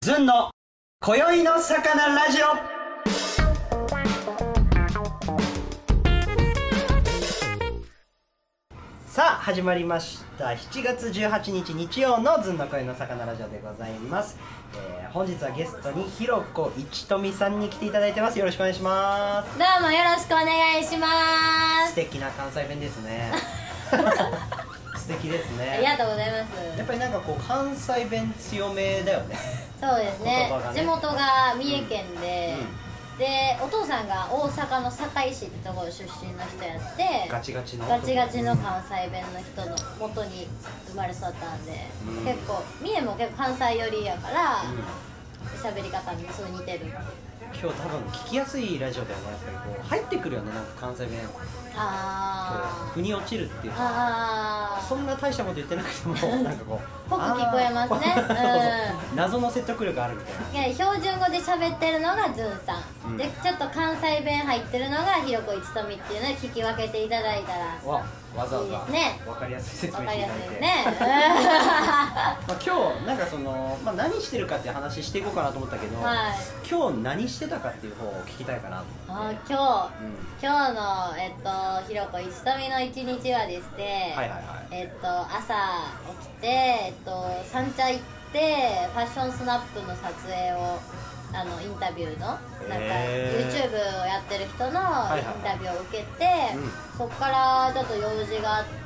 ずんの今宵の魚ラジオ。さあ始まりました。7月18日日曜のずんの声の魚ラジオでございます。本日はゲストにひろこ一富さんに来ていただいてます。よろしくお願いします。 どうもよろしくお願いします。 素敵な関西弁ですね。素敵ですね。 ありがとうございます。 やっぱりなんかこう関西弁強めだよね。 そうですね。地元が三重県で、でお父さんが大阪の堺市ってところ出身の人やって、 ガチガチの関西弁の人の元に生まれ育ったんで、結構三重も結構関西寄りやから、喋り方にすごい似てる。 今日多分聞きやすいラジオだよね。やっぱりこう入ってくるよね、なんか関西弁。腑に落ちるっていうか、そんな大したこと言ってなくてもなんかこうぽく聞こえますね。 謎の説得力あるみたいな。 標準語で喋ってるのがずんさん、でちょっと関西弁入ってるのがひろこ一富っていうので聞き分けていただいたらわざわざいいですね。 分かりやすい説明分かりしていただいて、 やすいね。 今日なんかその、何してるかっていう話していこうかなと思ったけど、今日何してたかっていう方を聞きたいかなと思って。 今日のひろこ一富の一日はですね、朝起きて三茶行ってファッションスナップの撮影をインタビューのなんか YouTube をやってる人のインタビューを受けて、そこからちょっと用事があって、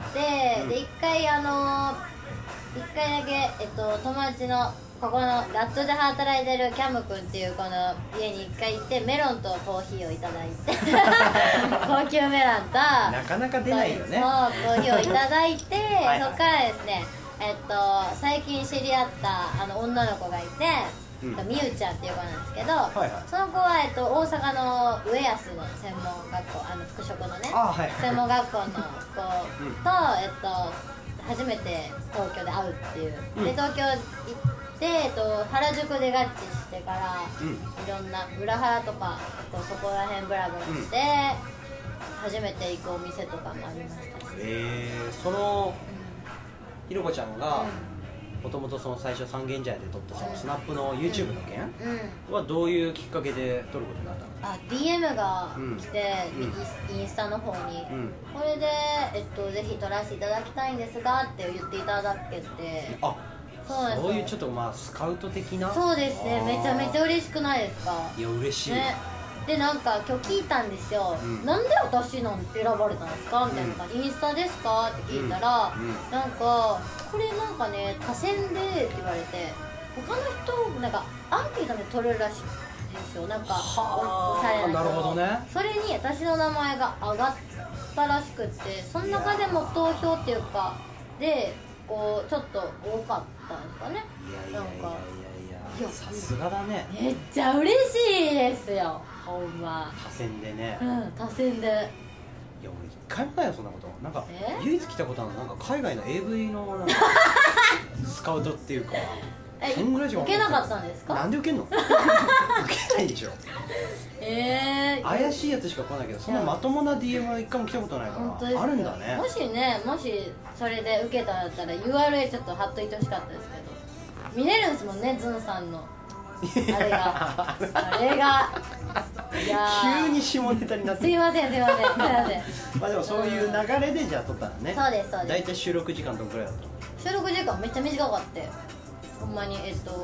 で一回だけ友達のここのラットで働いてるキャム君っていうこの家に一回行ってメロンとコーヒーをいただいて高級メロンとなかなか出ないよね。 そうコーヒーをいただいてそこからですね最近知り合った女の子がいて、みゆちゃんっていう子なんですけど、その子は大阪の上安の専門学校服飾のね、専門学校の子と初めて東京で会うっていう、で東京行って原宿で合致してから、いろんな裏原とかそこら辺ブラブラして、初めて行くお店とかもありましたし、 そのひろこちゃんがもともとその最初三軒茶屋で撮ったそのスナップの YouTube の件はどういうきっかけで撮ることになったの ？DM が来て、インスタの方に、これで、ぜひ撮らせていただきたいんですがって言っていただけて、 そういうちょっとスカウト的な。 そうですね。めちゃめちゃ嬉しくないですか？ いや嬉しいね。でなんか今日聞いたんですよ、なんで私なんて選ばれたんですかみたいな感じ、インスタですかって聞いたら、なんかこれなんかね多選でって言われて、他の人なんかアンケートで取れるらしいんですよ。なんかおしゃれな人。 なるほどね。 それに私の名前が上がったらしくって、その中でも投票っていうかでこうちょっと多かったんですかね。 いやさすがだね。 めっちゃ嬉しいですよ、ほんま。 多選でね。 多選で。 いや俺一回もないよそんなこと。なんか唯一来たことはなんか海外の AV のなんかスカウトっていうか、そんぐらいしか受けなかったんですか？ なんで受けんの？受けないでしょ。怪しいやつしか来ないけど、そんなまともな DM は一回も来たことないからあるんだね。 もしそれで受けたんだったら URL ちょっと貼っといてほしかったですけど、見れるんですもんね、ズンさんのあれがいや急に下ネタになって。 すいませんでもそういう流れでじゃあ撮ったらね。 そうです。 大体収録時間どのくらいだったの？ 収録時間めっちゃ短かって、ほんまに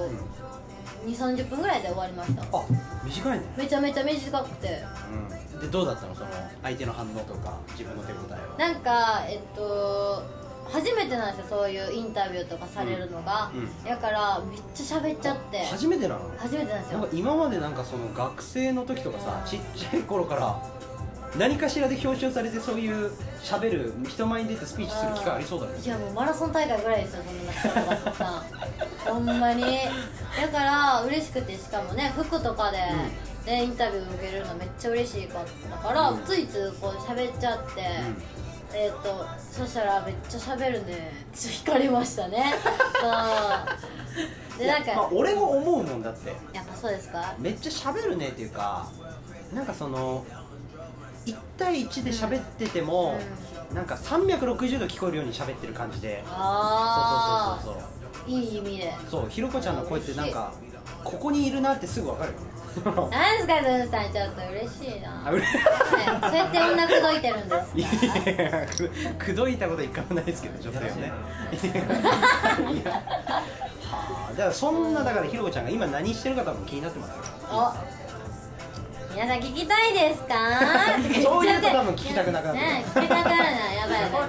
20-30分ぐらいで終わりました。 短いね。 めちゃめちゃ短くて。 でどうだったの、その相手の反応とか自分の手応えは？ なんか初めてなんですよ、そういうインタビューとかされるのが。だからめっちゃ喋っちゃって。 初めてなの？ 初めてなんですよ。 なんか今までなんかその学生の時とかさ、ちっちゃい頃から何かしらで表彰されて、そういう喋る人前に出てスピーチする機会ありそうだね。 いやもうマラソン大会ぐらいですよ、そんな人とかさほんまに。だから嬉しくて、しかもね服とかで、インタビュー受けるのめっちゃ嬉しかったから、ついついこう喋っちゃって、そしたらめっちゃ喋るね、ちょっと光りましたね。でなんか俺も思うもんだって。 やっぱそうですか？ めっちゃ喋るねっていうか、なんかその1対1で喋ってても、なんか360度聞こえるように喋ってる感じで。そういい意味で。そう、ひろこちゃんの声ってなんかここにいるなってすぐ分かるよね。 なんすかズンさん、ちょっと嬉しいな。はい、そうやって女口説いてるんです。 いや口説いたこと一回もないですけど、女性をね。はあ、だからそんな、だからひろこちゃんが今何してるか多分気になってますよ。 皆さん聞きたいですか？ そういうと多分聞きたくなくなってね、聞きたくなるな、やばいやばい。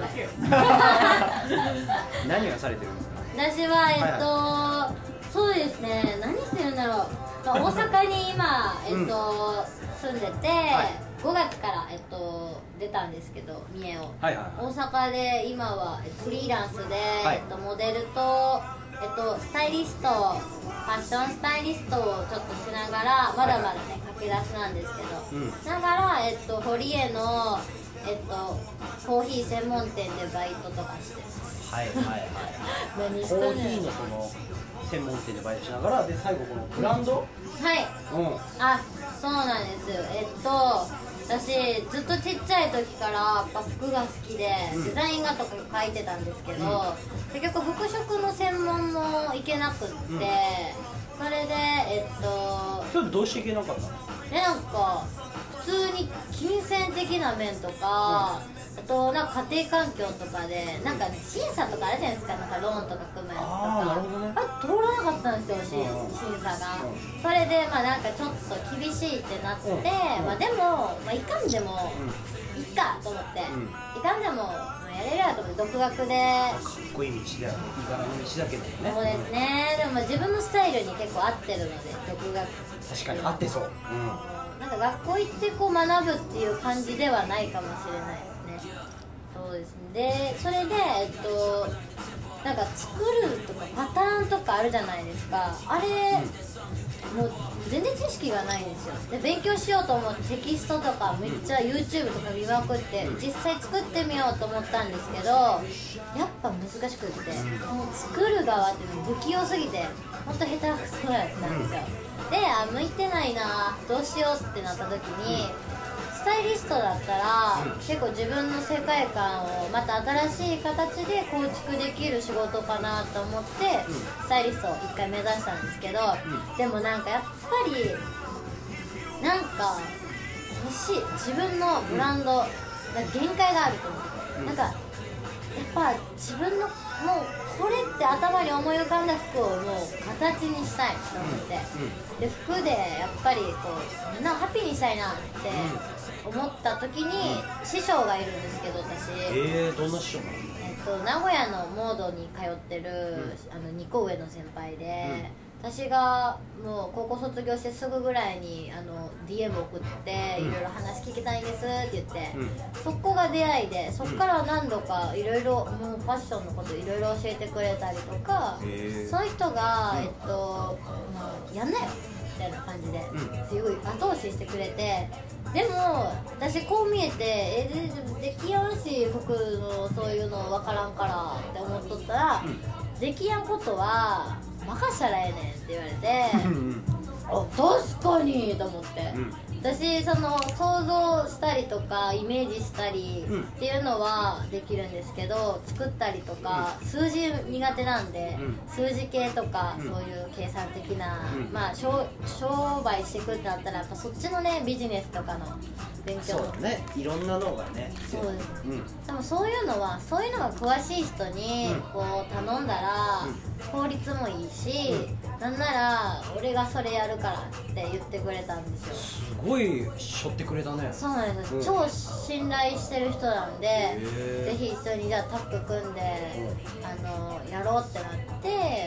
何がされてるんですか？ 私はそうですね、何してるんだろう。大阪に今住んでて、5月から出たんですけど、三重を。大阪で今はフリーランスでモデルとスタイリスト、ファッションスタイリストをちょっとしながら、まだまだね駆け出しなんですけど、ながら堀江のコーヒー専門店でバイトとかしてます。何してんの？コーヒーのその専門店でバイトしながら、で最後このブランド、あ、そうなんです。私ずっとちっちゃい時からやっぱ服が好きで、デザイン画とか描いてたんですけど、結局服飾の専門も行けなくって、それでそれどうして行けなかったの？ なんか普通に金銭的な面とか、なんか家庭環境とかでなんか審査とかあるじゃないですか、なんかローンとか組むやつとか、通らなかったんですよ、審査が。それでなんかちょっと厳しいってなって、でもいかんでもいっかと思って、いかんでもやれるやと思って独学で。かっこいい道だよね、いがらの道だけどね。そうですね。でも自分のスタイルに結構合ってるので、独学。確かに合ってそう。なんか学校行ってこう学ぶっていう感じではないかもしれないですね。そうですね。でそれでなんか作るとかパターンとかあるじゃないですか。あれ、もう全然知識がないんですよ。で勉強しようと思ってテキストとかめっちゃ YouTube とか見まくって実際作ってみようと思ったんですけど、やっぱ難しくって、もう作る側っていうの不器用すぎて本当下手くそだったんですよ。で向いてないな、どうしようってなった時に、スタイリストだったら結構自分の世界観をまた新しい形で構築できる仕事かなと思ってスタイリストを一回目指したんですけど、でもなんかやっぱりなんか欲しい、自分のブランド限界があると思って、なんかやっぱ自分のもうこれって頭に思い浮かんだ服をもう形にしたいと思って、で服でやっぱりこうみんなをハッピーにしたいなって思った時に、師匠がいるんですけど、私どんな師匠なの？ 名古屋のモードに通ってる、2個上の先輩で、私がもう高校卒業してすぐぐらいにDM 送っていろいろ話聞きたいんですって言って、そこが出会いで、そこから何度かいろいろもうファッションのこといろいろ教えてくれたりとか、その人がやんなよみたいな感じですごい後押ししてくれて、でも私こう見えてできやんし服のそういうの分からんからって思っとったら、できやんことは任したらええねんって言われてあ、確かにと思って、私その想像したりとかイメージしたりっていうのはできるんですけど、作ったりとか数字苦手なんで、数字系とかそういう計算的な、商売していくってなったらやっぱそっちのねビジネスとかの勉強、そうだね、いろんなのがね、そうです、でもそういうのが詳しい人にこう頼んだら効率もいいし、なんなら俺がそれやるからって言ってくれたんですよ。すごい背負ってくれたね。そうなんです、超信頼してる人なんで、ぜひ一緒にじゃあタッグ組んでやろうってなって、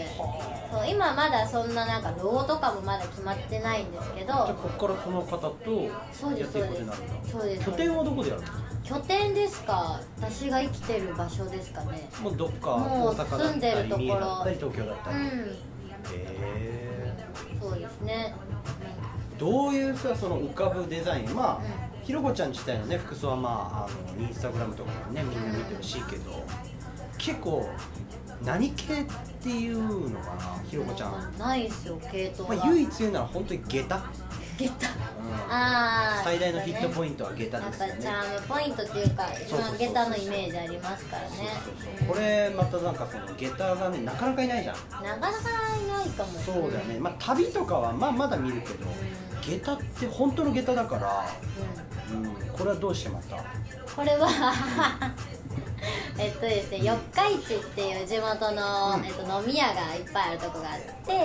そう今まだそんななんかロゴとかもまだ決まってないんですけど、じゃあここからその方とやっていくことになるんだ。そうです。拠点はどこでやるの？拠点ですか、私が生きてる場所ですかね。もうどっか大阪だったり住んでるところだったり東京だったり。そうですね。どういうさ、その浮かぶデザイン、ひろこちゃん自体のね服装はインスタグラムとかもねみんな見てほしいけど、結構何系っていうのかな、ひろこちゃん。ないですよ、系統が。唯一言うなら本当に下駄。 下駄、 最大のヒットポイントは下駄ですよね。 やっぱチャームポイントっていうか下駄のイメージありますからね。 これまたなんかその下駄がねなかなかいないじゃん。 なかなかいないかも。 そうだよね。まあ旅とかはまだ見るけど、下駄って本当の下駄だから、これはどうしてまたこれはですね、四日市っていう地元の、飲み屋がいっぱいあるとこがあって、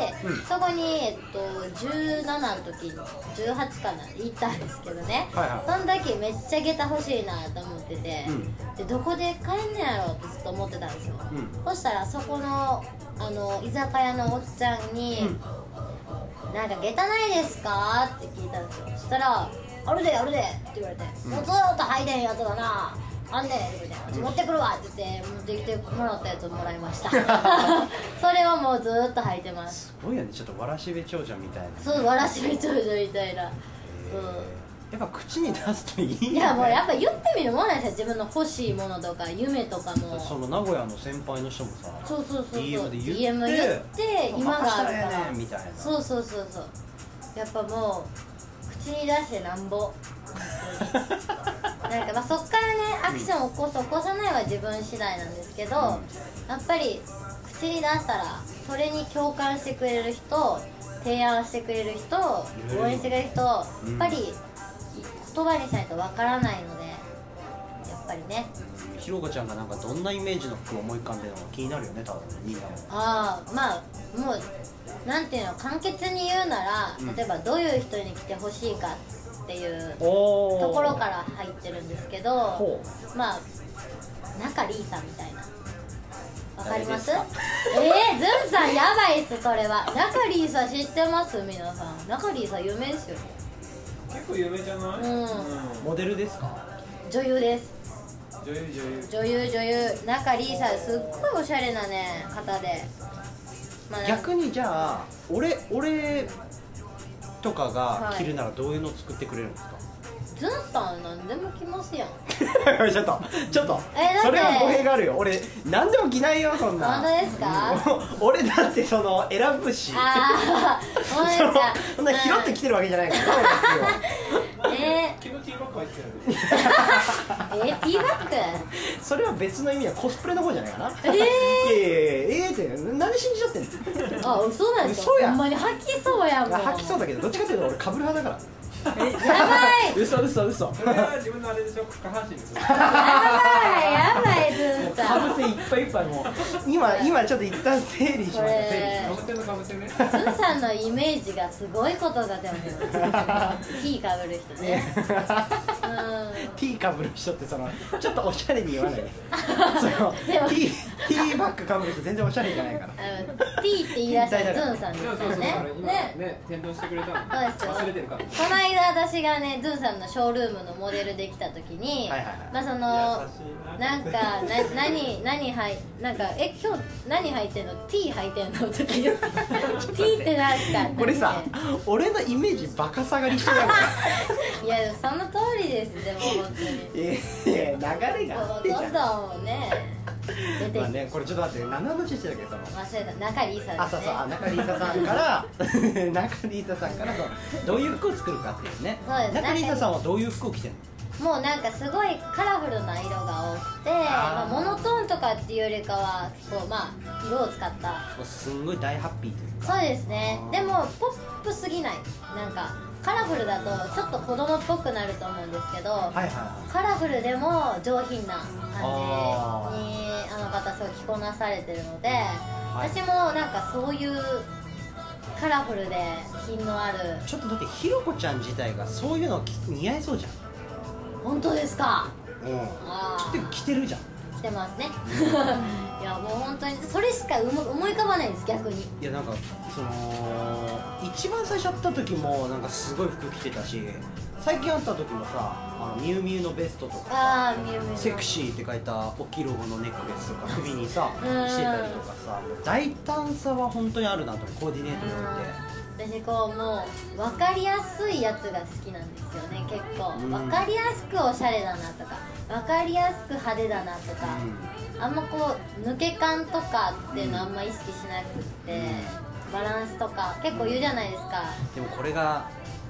そこに、17の時に18かな行ったんですけどね、その時めっちゃ下駄欲しいなと思ってて、でどこで買えんねやろってずっと思ってたんですよ、そしたらそこの、居酒屋のおっちゃんに「なんか下駄ないですか?」って聞いたんですよ。そしたら「あるであるで」って言われて「もうずっと履いてんやつがなあんねん」みたいな「持ってくるわ」って言って持ってきてもらったやつをもらいましたそれはもうずっと履いてます。 すごいよね、ちょっとわらしべ長者みたいな。 そう、わらしべ長女みたいな。そう、 やっぱ口に出すといいよね。 いやもうやっぱ言ってみるもんなんですよ、自分の欲しいものとか夢とかも。 その名古屋の先輩の人もさ、 そう DM で言言って今があるからみたいな。 そうやっぱもう口に出してなんぼなんかまあそっからねアクションを起こさないは自分次第なんですけど、やっぱり口に出したらそれに共感してくれる人、提案してくれる人、応援してくれる人、やっぱり言葉にしないとわからないので、やっぱりね。 ひろこちゃんがなんかどんなイメージの服を思い浮かんでるのか気になるよね、多分みんなも。 まあもうなんていうの、簡潔に言うなら、例えばどういう人に来てほしいかっていうところから入ってるんですけど、まあ中里依紗みたいな、わかります？ズンさんやばいっす、それは。中里依紗知ってます？皆さん中里依紗有名ですよ。 結構有名じゃない？ モデルですか？ 女優です。 女優中里依紗、すっごいおしゃれなね方で、 逆にじゃあ俺とかが着るならどういうのを作ってくれるんですか？ ズンさん何でも着ますやんちょっとそれは語弊があるよ。俺何でも着ないよ、そんな。 本当ですか？ 俺だってその選ぶし、そんな拾ってきてるわけじゃないから昨日ティーバッグ入ってるティーバッグそれは別の意味はコスプレの方じゃないかな。いやって何信じちゃってんの？ 嘘なんですか？ほんまに吐きそうやもん。 吐きそうだけど、どっちかっていうと俺かぶる派だから。 やばい嘘それは自分のあれでしょ、下半身ですよ。やばいズンさん、 かぶせいっぱいいっぱい。もう今ちょっと一旦整理しました。 かぶせね。 ズンさんのイメージがすごいことだと思う。T かぶる人ね。 T かぶる人ってそのちょっとおしゃれに言わない。T バッグかぶる人全然おしゃれじゃないから。 T って言い出したらズンさんですよね。 ね、転倒してくれたの。 そうですよ。この間私がね、ズンさんのショールームのモデルできた時に、まあそのなんか何今日何履いてんの？ T 履いてんの？とか言ってT って何すか？ これさ、俺のイメージバカ下がりしてるやんか。 いやその通りです。でも本当に流れがあってじゃん。 どんどんね出てきて、 まあね、これちょっと待って、何の話してたっけ、その忘れた、中里依紗ですね。 そう中里依紗さんから中里依紗さんからどういう服を作るかっていうね。中里依紗さんはどういう服を着てるの？もうなんかすごいカラフルな色が多くて、モノトーンとかっていうよりかはこう色を使ったすんごい大ハッピーというか。 そうですね。でもポップすぎない、なんかカラフルだとちょっと子供っぽくなると思うんですけど、カラフルでも上品な感じにあの方すごい着こなされてるので、私もなんかそういうカラフルで品のある。ちょっとだってひろこちゃん自体がそういうの似合いそうじゃん。 本当ですか？ 着てるじゃん。 着てますねいやもう本当にそれしか思い浮かばないです、逆に。いやなんかその一番最初会った時もなんかすごい服着てたし、最近会った時もさ、ミュウミュウのベストとかさ、セクシーって書いた大きいロゴのネックレスとか首にさしてたりとかさ、大胆さは本当にあるなと、コーディネートにおいて。 私もう分かりやすいやつが好きなんですよね。結構分かりやすくおしゃれだなとか、分かりやすく派手だなとか、あんまこう抜け感とかっていうのあんま意識しなくって、バランスとか結構言うじゃないですか。 でもこれが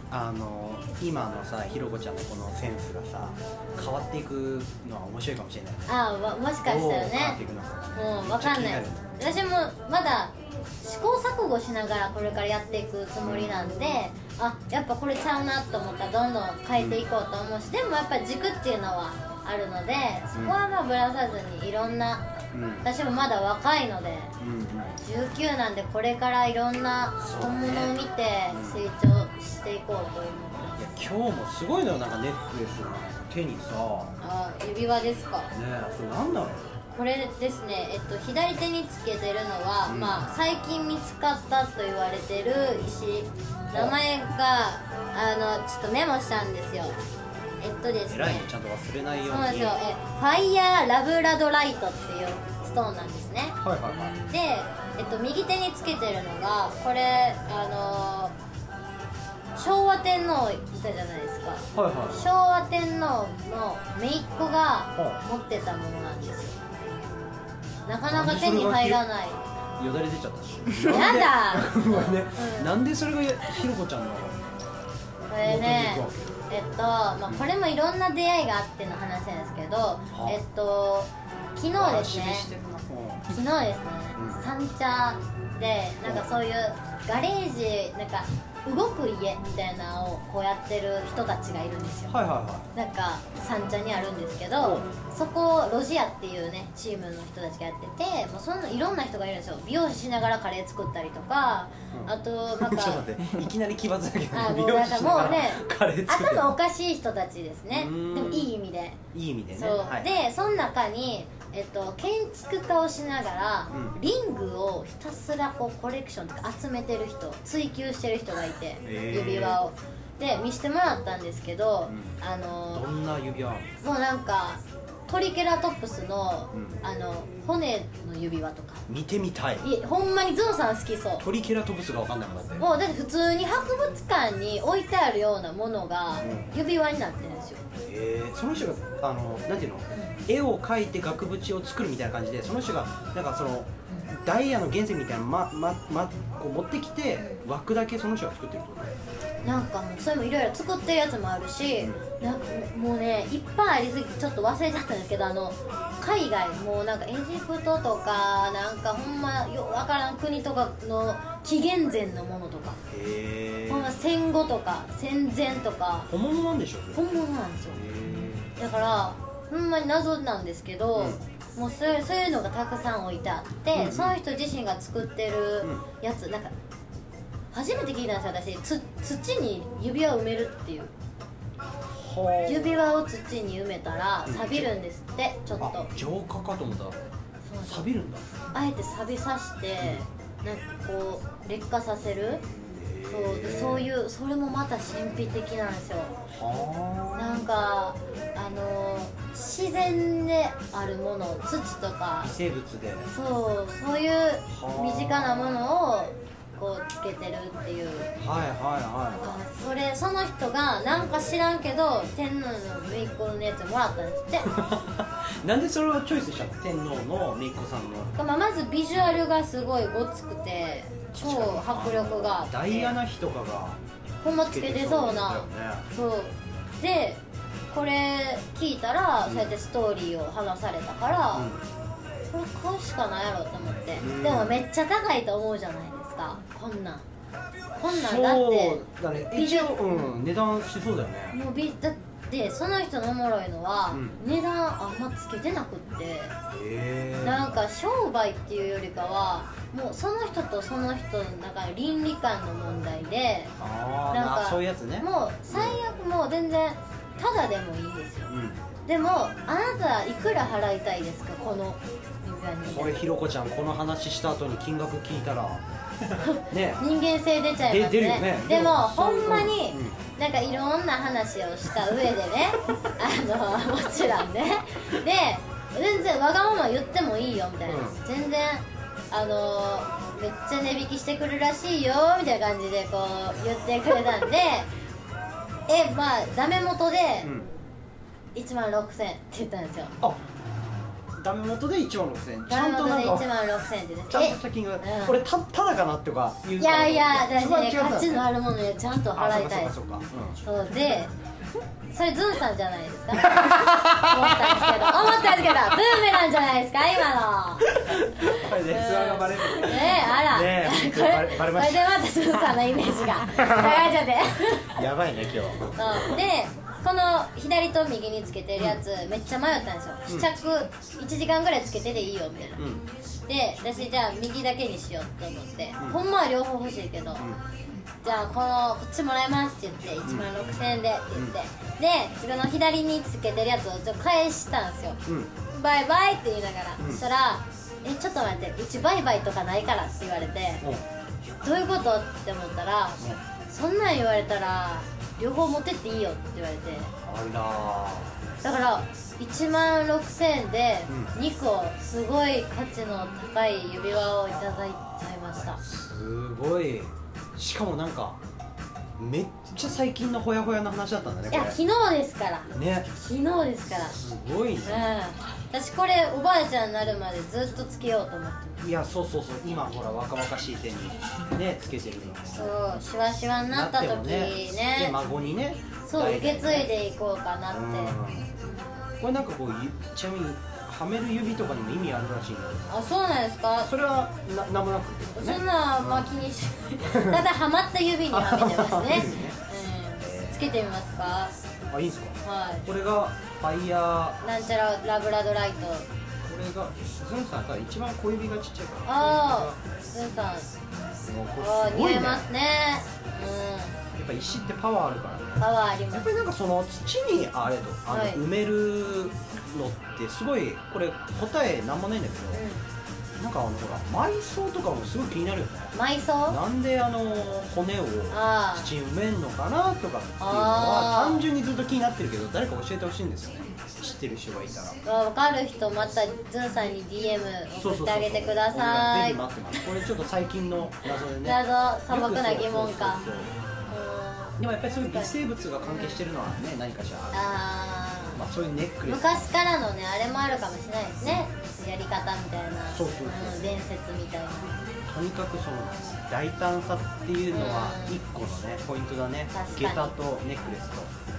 今のさひろこちゃんのこのセンスがさ変わっていくのは面白いかもしれない。 もしかしたらね。分かんない。私もまだ試行錯誤しながらこれからやっていくつもりなんで、やっぱこれちゃうなと思ったらどんどん変えていこうと思うし、でもやっぱ軸っていうのはあるので、そこはまあぶらさずにいろんな、私もまだ若いので、19なんでこれからいろんな本物を見て成長していこうと思って。 今日もすごいのよ、なんかネックレスの手にさ。 指輪ですかね。 それ何なの？ これですね、左手につけてるのは、最近見つかったと言われてる石、名前がちょっとメモしたんですよ。ですね、 偉いね、ちゃんと忘れないように。 そうなんですよ。ファイヤーラブラドライトっていうストーンなんですね。で、右手につけてるのがこれ昭和天皇いたじゃないですか。昭和天皇の姪っ子が持ってたものなんですよ。なかなか手に入らない。 よだれ出ちゃった。 やだなんでそれがひろこちゃんのこれね、これもいろんな出会いがあっての話なんですけど、昨日ですね、三茶でなんかそういうガレージ、なんか動く家みたいなのをこうやってる人たちがいるんですよ。なんか三茶にあるんですけど、そこロジアっていうねチームの人たちがやってて、もうそのいろんな人がいるんですよ。美容師しながらカレー作ったりとか、あとなんかちょっと待って、いきなり奇抜だけど、 もうなんかもうね頭おかしい人たちですね。でもいい意味で。 いい意味でね。 でその中に建築家をしながら、リングをひたすらこうコレクションとか集めてる人、追求してる人がいて、指輪をで見せてもらったんですけど、 どんな指輪？ もうなんかトリケラトプスの、骨の指輪とか見てみたい。 ほんまにゾウさん好きそう。 トリケラトプスが分かんないもんだって。 もうだって普通に博物館に置いてあるようなものが指輪になってるんですよ。 その人がなんていうの、絵を描いて額縁を作るみたいな感じで、その人がなんかそのダイヤの原石みたいなこう持ってきて枠だけその人が作ってるってこと？ なんかもうそれもいろいろ作ってるやつもあるし、なんかもうねいっぱいありすぎてちょっと忘れちゃったんですけど、海外もうなんかエジプトとかなんかほんまよわからん国とかの紀元前のものとか、ほんま戦後とか戦前とか本物なんでしょ？ 本物なんですよ。だからほんまに謎なんですけど、もうそういうのがたくさん置いてあって、その人自身が作ってるやつ、なんか初めて聞いたんですよ私。土に指輪を埋めるっていう。指輪を土に埋めたら錆びるんですって。ちょっと浄化かと思ったら錆びるんだ。 あえて錆びさして、なんかこう劣化させる。そういうそれもまた神秘的なんですよ。なんか自然であるもの、土とか微生物でそういう身近なものをこうつけてるっていう。その人がなんか知らんけど天皇の姪っ子のやつもらったんですってなんでそれをチョイスしたの？天皇の姪っ子さんの。 まずビジュアルがすごいごつくて超迫力があって、 ダイアナ妃とかがほんまつけてそうな。そうでこれ聞いたら、そうやってストーリーを話されたから、それ買うしかないやろと思って。でもめっちゃ高いと思うじゃないですか。こんなんだって一応値段しそうだよね。 もうだってその人のおもろいのは、値段あんまつけてなくって、なんか商売っていうよりかはもうその人とその人の中の倫理観の問題で、なんかそういうやつね。 もう最悪もう全然ただでもいいんですよ。でもあなたいくら払いたいですか、この指輪に。 これひろこちゃんこの話した後に金額聞いたらね、 人間性出ちゃいますね。でもほんまになんかいろんな話をした上でねもちろんね、で全然わがまま言ってもいいよみたいな、全然めっちゃ値引きしてくるらしいよみたいな感じでこう言ってくれたんで、ダメ元で1万6000円って言ったんですよ。 ダメ元で1万6000円、 ちゃんとなんか1万6000円ってね、 ちゃんとした金額、これただかなとか言うから、いや私ね価値のあるものにちゃんと払いたい。そうでそれズンさんじゃないですか思ったんですけどブーメランじゃないですか今のこれでツアーがバレるあらこれでまたズンさんのイメージが流れちゃってやばいね今日でこの左と右につけてるやつめっちゃ迷ったんですよ。試着1時間ぐらいつけてでいいよみたいな、で私じゃあ右だけにしようと思って、ほんまは両方欲しいけど、じゃあこっちもらいますって言って1万6000円でって言って、で自分の左につけてるやつをちょっと返したんですよ、バイバイって言いながら、そしたらちょっと待って、うちバイバイとかないからって言われて、どういうことって思ったら、そんなん言われたら両方持ってっていいよって言われて、だから1万6000円で2個すごい価値の高い指輪をいただいちゃいました。 すごい。しかもなんかめっちゃ最近のほやほやの話だったんだね。 いや昨日ですからね、昨日ですから。 すごいね、 私これおばあちゃんになるまでずっとつけようと思って。 いやそう今ほら若々しい手にねつけてるの。 そうシワシワになった時ねで孫にねそう受け継いでいこうかなって。 これなんかこうちなみにはめる指とかにも意味あるらしいんだけど。 あ、そうなんですか。 それはなんもなくて、 そんなまあ気にしないただはまった指にはめてますねつけてみますか。 あ、いいんすか。 はい。 これがファイヤーなんちゃらラブラドライト。これがズンさんが一番小指がちっちゃいから。 ああ、ズンさん似合いますね。 やっぱ石ってパワーあるからね。 パワーあります。 やっぱりなんかその土にあれと埋めるのってすごい、これ答えなんもないんだけど、なんかほら埋葬とかもすごい気になるよね。 埋葬？なんで骨を土に埋めんのかなとかっていうのは単純にずっと気になってるけど、誰か教えてほしいんですよね。知ってる人がいたら。 分かる人またズンさんに DM 送ってあげてください。 ぜひ待ってます。これちょっと最近の謎でね。 素朴な疑問か。 でもやっぱりそういう微生物が関係してるのはね、何かしらある。まあそういうネックレス昔からのねあれもあるかもしれないですね、やり方みたいな。伝説みたいな。 とにかくその大胆さっていうのは一個のねポイントだね。下駄とネックレスと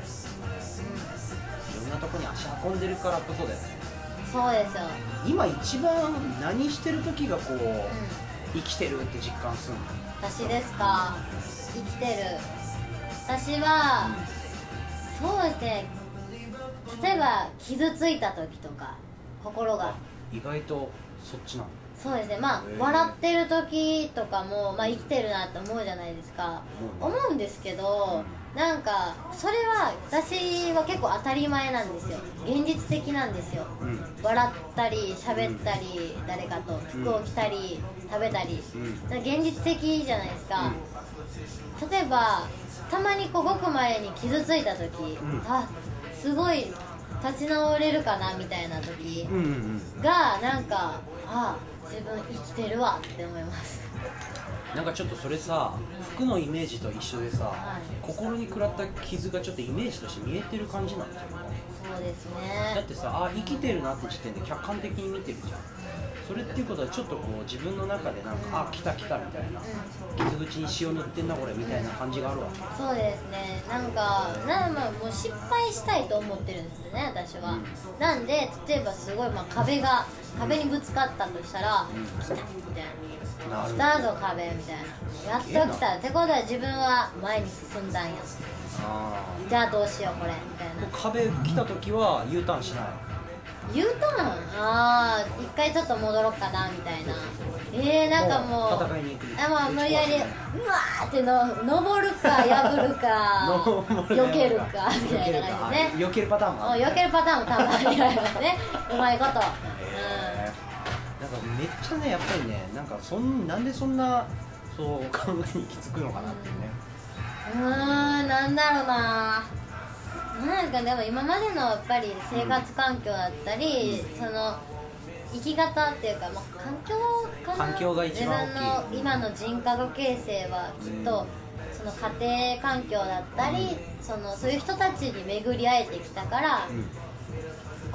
いろんなとこに足運んでるからこそだよね。 そうですよ。 今一番何してる時がこう生きてるって実感するの？ 私ですか。生きてる。私は、そうですね、例えば傷ついた時とか心が意外とそっちなの？ そうですね、まあ笑ってる時とかも、まあ、生きてるなって思うじゃないですか。思うんですけど、なんかそれは私は結構当たり前なんですよ。現実的なんですよ、笑ったり喋ったり、誰かと服を着たり食べたり、現実的じゃないですか。例えばたまにごくまれに傷ついた時、あ、すごい立ち直れるかなみたいな時がなんか、あ、自分生きてるわって思います。 なんかちょっとそれさ、服のイメージと一緒でさ、心に食らった傷がちょっとイメージとして見えてる感じなんですよ。 そうですね。 だってさ、あ、生きてるなって時点で客観的に見てるじゃん。それっていうことはちょっとこう自分の中でなんか、あ、来たみたいな、傷口に塩塗ってんなこれみたいな感じがあるわけ。 そうですね。なんかもう失敗したいと思ってるんですよね、私は。なんで例えばすごい、壁にぶつかったとしたら、来たみたいな、来たぞ壁みたいな、やっと来たってことは自分は前に進んだんや、じゃあどうしようこれみたいな。 壁来た時は U ターンしない？ U ターン？一回ちょっと戻ろうかなみたいな。なんかもう戦いに行く。 無理やりうわーって登るか破るか避けるかみたいな感じでね。 避けるパターンも避けるパターンもたまにありますね。うまいこと。なんかめっちゃね、やっぱりね、なんかなんでそんなそう考えに行き着くのかなっていうね。 なんだろうな。なんですか、でも今までのやっぱり生活環境だったり、その生き方っていうか、環境かな。 環境が一番大きい。 自分の今の人格形成はきっと、その家庭環境だったり、そういう人たちに巡り会えてきたから、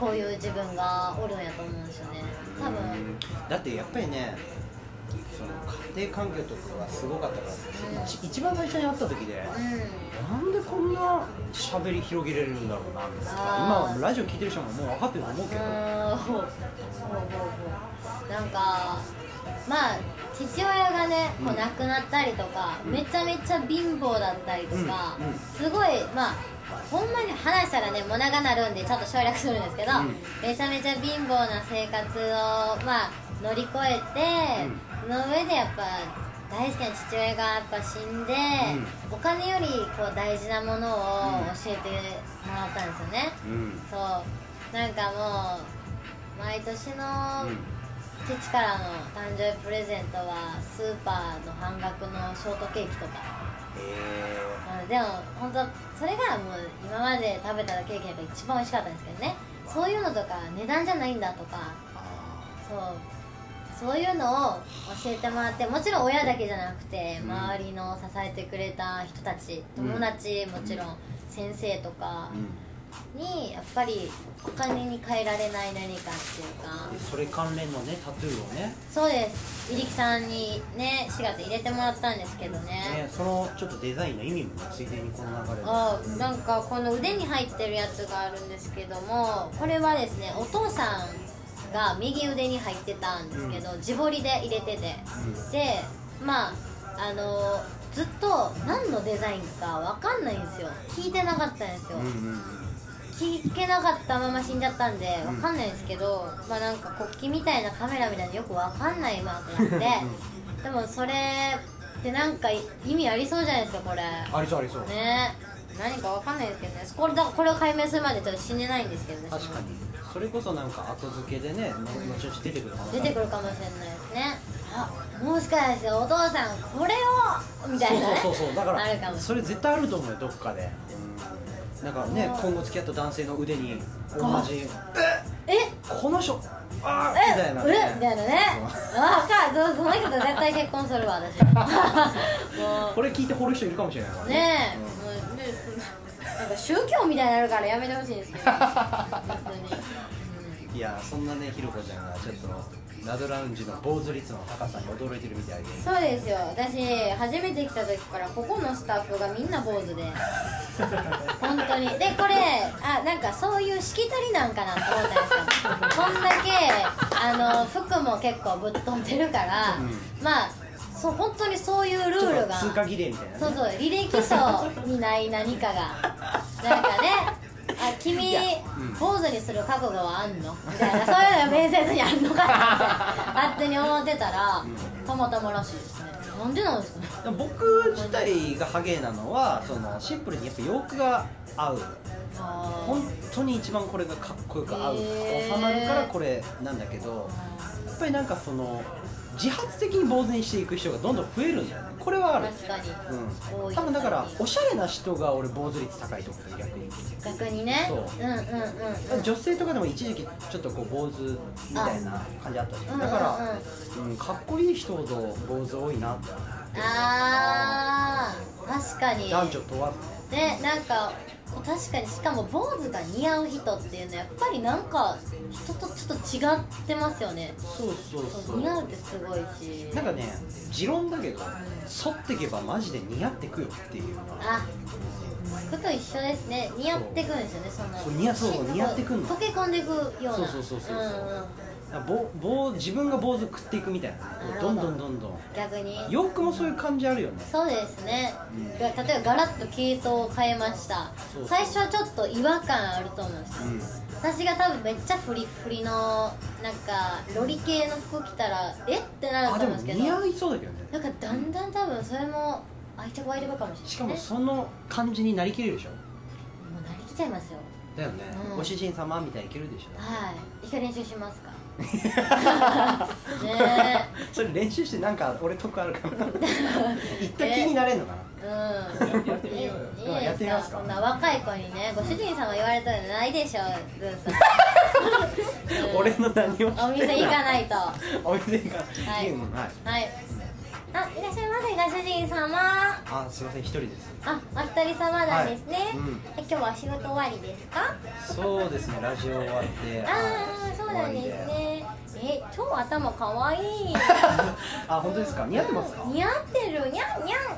こういう自分がおるんやと思うんですよね多分。 だってやっぱりねその家庭環境とかがすごかったから、一番最初に会った時で、なんでこんな喋り広げれるんだろうなみたいな。今はラジオ聞いてる人ももう分かってると思うけど、 なんかまあ父親がねこう亡くなったりとか、めちゃめちゃ貧乏だったりとか、すごいまあほんまに話したらねも長なるんでちょっと省略するんですけど、めちゃめちゃ貧乏な生活をまあ乗り越えて、その上でやっぱ大好きな父親がやっぱ死んで、お金よりこう大事なものを教えてもらったんですよね、そうなんかもう毎年の父からの誕生日プレゼントはスーパーの半額のショートケーキとか、でも本当それがもう今まで食べたケーキなんか一番美味しかったんですけどね、そういうのとか値段じゃないんだとか、そういうのを教えてもらって、もちろん親だけじゃなくて周りの支えてくれた人たち、友達、もちろん先生とかにやっぱりお金に換えられない何かっていうか、 それ関連のねタトゥーをね、 そうです入木さんにね4月入れてもらったんですけどね、 そのちょっとデザインの意味もついでにこの流れで、 なんかこの腕に入ってるやつがあるんですけども、これはですねお父さんが右腕に入ってたんですけど、地彫りで入れてて、でまあずっと何のデザインか分かんないんですよ、聞いてなかったんですよ、聞けなかったまま死んじゃったんで分かんないんですけど、まあなんか国旗みたいなカメラみたいなよく分かんないマークがあってでもそれってなんか意味ありそうじゃないですかこれ。 ありそうありそうね、何か分かんないですけどね、これを解明するまでちょっと死ねないんですけどね。 確かにそれこそなんか後付けでね、後々出てくるかもしれないですね。あ、もしかしてお父さんこれをみたいなね、 そうだからあるかもそれ絶対あると思うよどっかで、なんかね今後付き合った男性の腕に同じこの人みたいなね、 みたいなね、その人と絶対結婚するわ私これ聞いて掘る人いるかもしれないからねなんか宗教みたいになるからやめてほしいんですけど本当に、いやそんなねひろこちゃんがちょっとラドラウンジの坊主率の高さに驚いてるみたいで。 そうですよ、私初めて来た時からここのスタッフがみんな坊主で本当にでこれなんかそういうしきたりなんかなと思ったんですよこんだけ服も結構ぶっ飛んでるから、まあ本当にそういうルールが通過儀礼みたいな、ね、 そう履歴書にない何かがなんかね君、坊主にする覚悟はあんのみたいな、そういうのが面接にあんのかって勝手に思ってたら、たまたまらしいですね。なんでなんですかね。 僕自体がハゲなのはシンプルにやっぱ洋服が合う、本当に一番これがかっこよく合う、収まるからこれなんだけど、やっぱりなんか自発的に坊主にしていく人がどんどん増えるんだよね。これはある。 確かに、 多分だからおしゃれな人が俺坊主率高いと思う。 逆にね。そう女性とかでも一時期ちょっとこう坊主みたいな感じあったじゃん。だから、かっこいい人ほど坊主多いなって。 確かに男女問わずね、なんか確かに、しかも坊主が似合う人っていうのはやっぱりなんか人とちょっと違ってますよね。そう似合うってすごいし、 なんかね持論だけど、剃ってけばマジで似合ってくよっていうのは服と一緒ですね。似合ってくんですよね。 似合ってくんの、 溶け込んでいくような。 自分が坊主食っていくみたいな、どんどん逆に洋服もそういう感じあるよね。 そうですね、例えばガラッと系統を変えました。最初はちょっと違和感あると思うんですよ、私が多分めっちゃフリフリのなんかロリ系の服着たらってなると思うんですけど、 でも似合いそうだけどね。 なんかだんだん多分それも愛着湧いてくるかもしれない、ね、 しかもその感じになりきれるでしょ。もうなりきっちゃいますよ。 だよね、ご主人様みたいにいけるでしょ。 はい、一回練習しますかねそれ練習してなんか俺得あるかな行った気になれんのかな。 やってみようよ。 やってみますか。 こんな若い子にね、ご主人様言われたらないでしょ、ズンさん。 俺の何をお店行かないと。 お店行かない。 はい。 あ、いらっしゃいませ、ご主人様。 あ、すいません、一人です。 あ、お一人様なんですね。今日は仕事終わりですか？ そうですね、ラジオ終わって。 ああ、そうなんですね。超頭可愛い。 あ、本当ですか？似合ってますか？ 似合ってる、にゃんにゃん。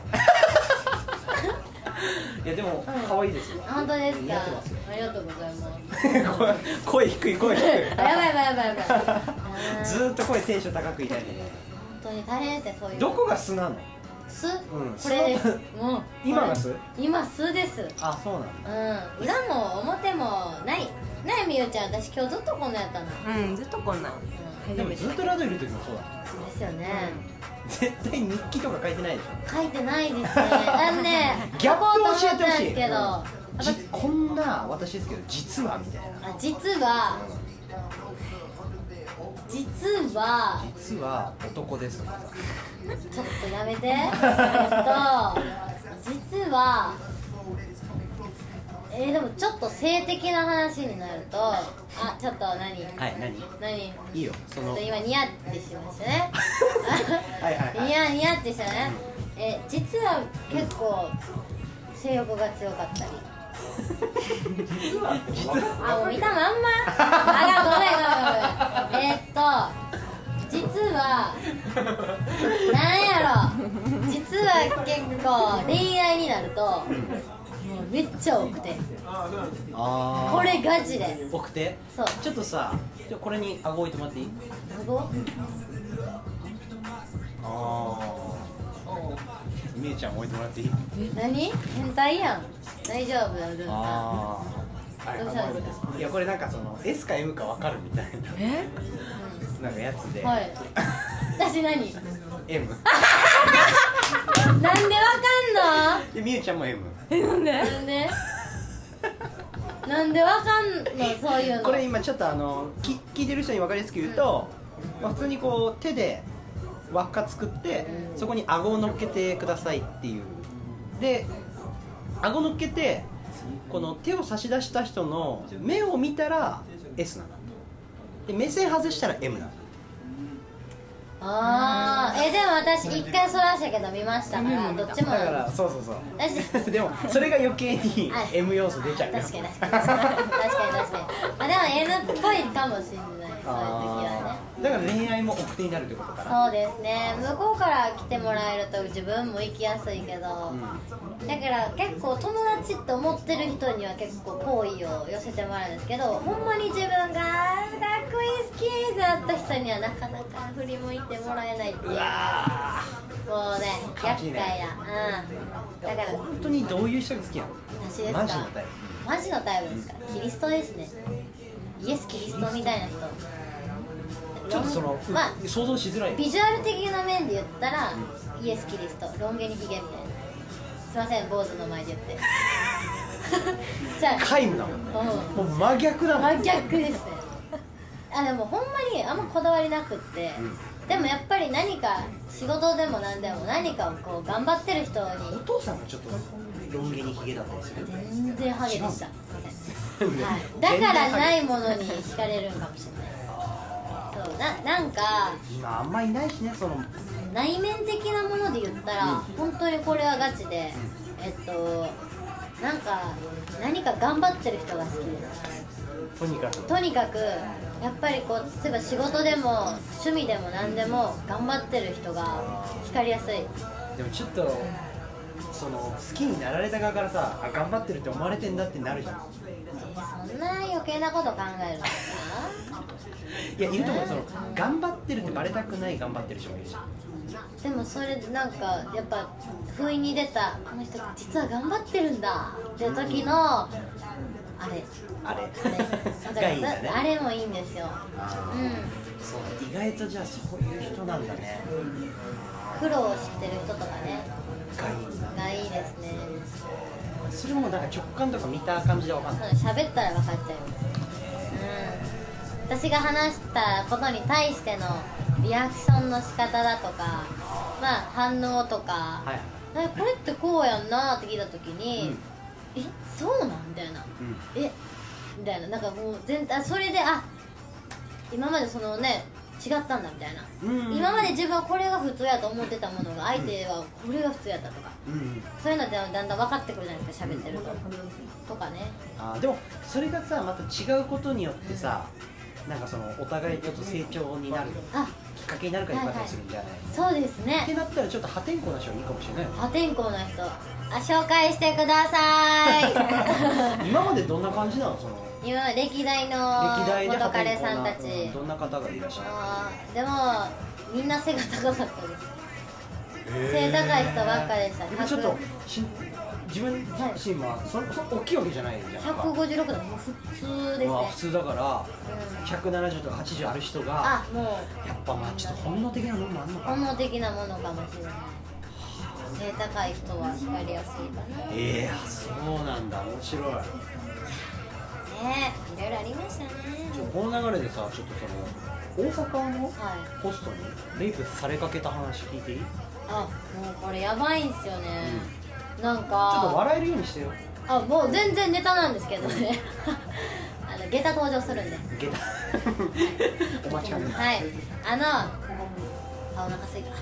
いやでも可愛いですよ。 本当ですか？ 似合ってますよ。 ありがとうございます。 声低い、声低い。 やばいやばいやばいやばい。 ずーっと声テンション高くいたいね。 本当に大変ですね、そういう。 どこが素なの？ 素？これです。もう今が素？ 今素です。 あ、そうなんだ。 裏も表もない。ね、みゆちゃん、私今日ずっとこんなやったな。 ずっとこんな。 でもずっとラジオいる時もそうだ。 ですよね。 絶対日記とか書いてないでしょ。書いてないですね。 ギャップを教えてほしい。 こんな私ですけど、実はみたいな。 実は男ですとかさ。 ちょっとやめて。実はでもちょっと性的な話になると、ちょっと何？はい、何？ いいよ、 今ニヤってしましたね。ニヤってしたね。実は結構性欲が強かったり。もう見たまんま。ごめん。実はなんやろ。実は結構恋愛になると。めっちゃ多くて、これガチで多くて。そう、ちょっとさ、これに顎置いてもらっていい？ 顎？ みゆちゃん置いてもらっていい？ 何？変態やん。大丈夫だよ、ルンさん。どうしたんですか？ いや、これなんかS か M か分かるみたいななんかやつで。 はい。私何？ M。 なんでわかんの？ で、みゆちゃんも M。 なんで？ なんでわかんの？そういうの。 これ今ちょっと聞いてる人に分かりやすく言うと、普通にこう手で輪っか作って、そこに顎を乗っけてくださいっていう。で、顎乗っけてこの手を差し出した人の目を見たら S なんだ。で、目線外したら M なんだ。 でも私一回そらしたけど見ましたから、どっちもだからそうでもそれが余計に M 要素出ちゃう。 確かにでも N っぽいかもしれない、そういう時はね。 だから恋愛も奥手になるってことかな。 そうですね、向こうから来てもらえると自分も行きやすいけど、だから結構友達って思ってる人には結構好意を寄せてもらうんですけど、ほんまに自分がかっこいい好きってなった人にはなかなか振り向いてもらえないっていう、もうね、厄介な。だから本当にどういう人が好きなの？ 私ですか？マジのタイプですか？キリストですね。イエス・キリストみたいな人。 ちょっと想像しづらい。 ビジュアル的な面で言ったら、イエス・キリスト、ロン毛にヒゲみたいな。すいません、坊主の前で言ってじゃあ皆無だもんね、もう真逆だもん。 真逆ですね。でもほんまにあんまこだわりなくって、でもやっぱり何か仕事でも何でも何かをこう頑張ってる人に。 お父さんがちょっとロン毛にヒゲだったりする？ 全然ハゲでした。すいません、だからないものに惹かれるんかもしれない。そうなんか今あんまいないしね、 内面的なもので言ったら、本当にこれはガチで、なんか何か頑張ってる人が好きです。とにかくやっぱりこう、例えば仕事でも趣味でも何でも頑張ってる人が惹かれやすい。 でもちょっと好きになられた側からさ、頑張ってるって思われてんだってなるじゃん。 そんな余計なこと考えるのかな。 いや、いると思う。頑張ってるってバレたくない頑張ってる人もいるじゃん。 でもそれなんかやっぱ不意に出た、この人実は頑張ってるんだって時のあれがいいんだね。 あれもいいんですよ。 そう、意外とじゃあそういう人なんだね。 苦労を知ってる人とかねがいいですね。 それもなんか直感とか見た感じで分かんない。 喋ったら分かっちゃいます。私が話したことに対してのリアクションの仕方だとか、反応とか、これってこうやんなって聞いた時に、そうなんみたいな、みたいな、なんかもうそれで今までったんだみたいな、今まで自分はこれが普通やと思ってたものが相手はこれが普通やったとか、そういうのってだんだん分かってくるじゃないですか、喋ってるとかね。 でもそれがさまた違うことによってさ、なんかそのお互いちょっと成長になるきっかけになるかよかったりするんじゃない？ そうですね。 ってなったらちょっと破天荒な人はいいかもしれないよね。 破天荒な人、紹介してください。今までどんな感じなの？その今歴代の元彼さんたち、 どんな方がいらっしゃる？でもみんな背が高かったです。背高い人ばっかでした。 ちょっと自分自身はそ大きいわけじゃないじゃん。 156だ、もう普通ですね。 普通だから170とか80ある人がもうやっぱまあちょっと本能的なものもあるのかな。 本能的なものかもしれない。背高い人は叱りやすいかな。 そうなんだ、面白い。 いろいろありましたね。 この流れでさ、ちょっとその大阪のホストにレイプされかけた話聞いていい？もうこれやばいんすよね。なんかちょっと笑えるようにしてよ。 もう全然ネタなんですけどね。下駄登場するんで。 下駄お待ちかね。 はい、お腹すいた。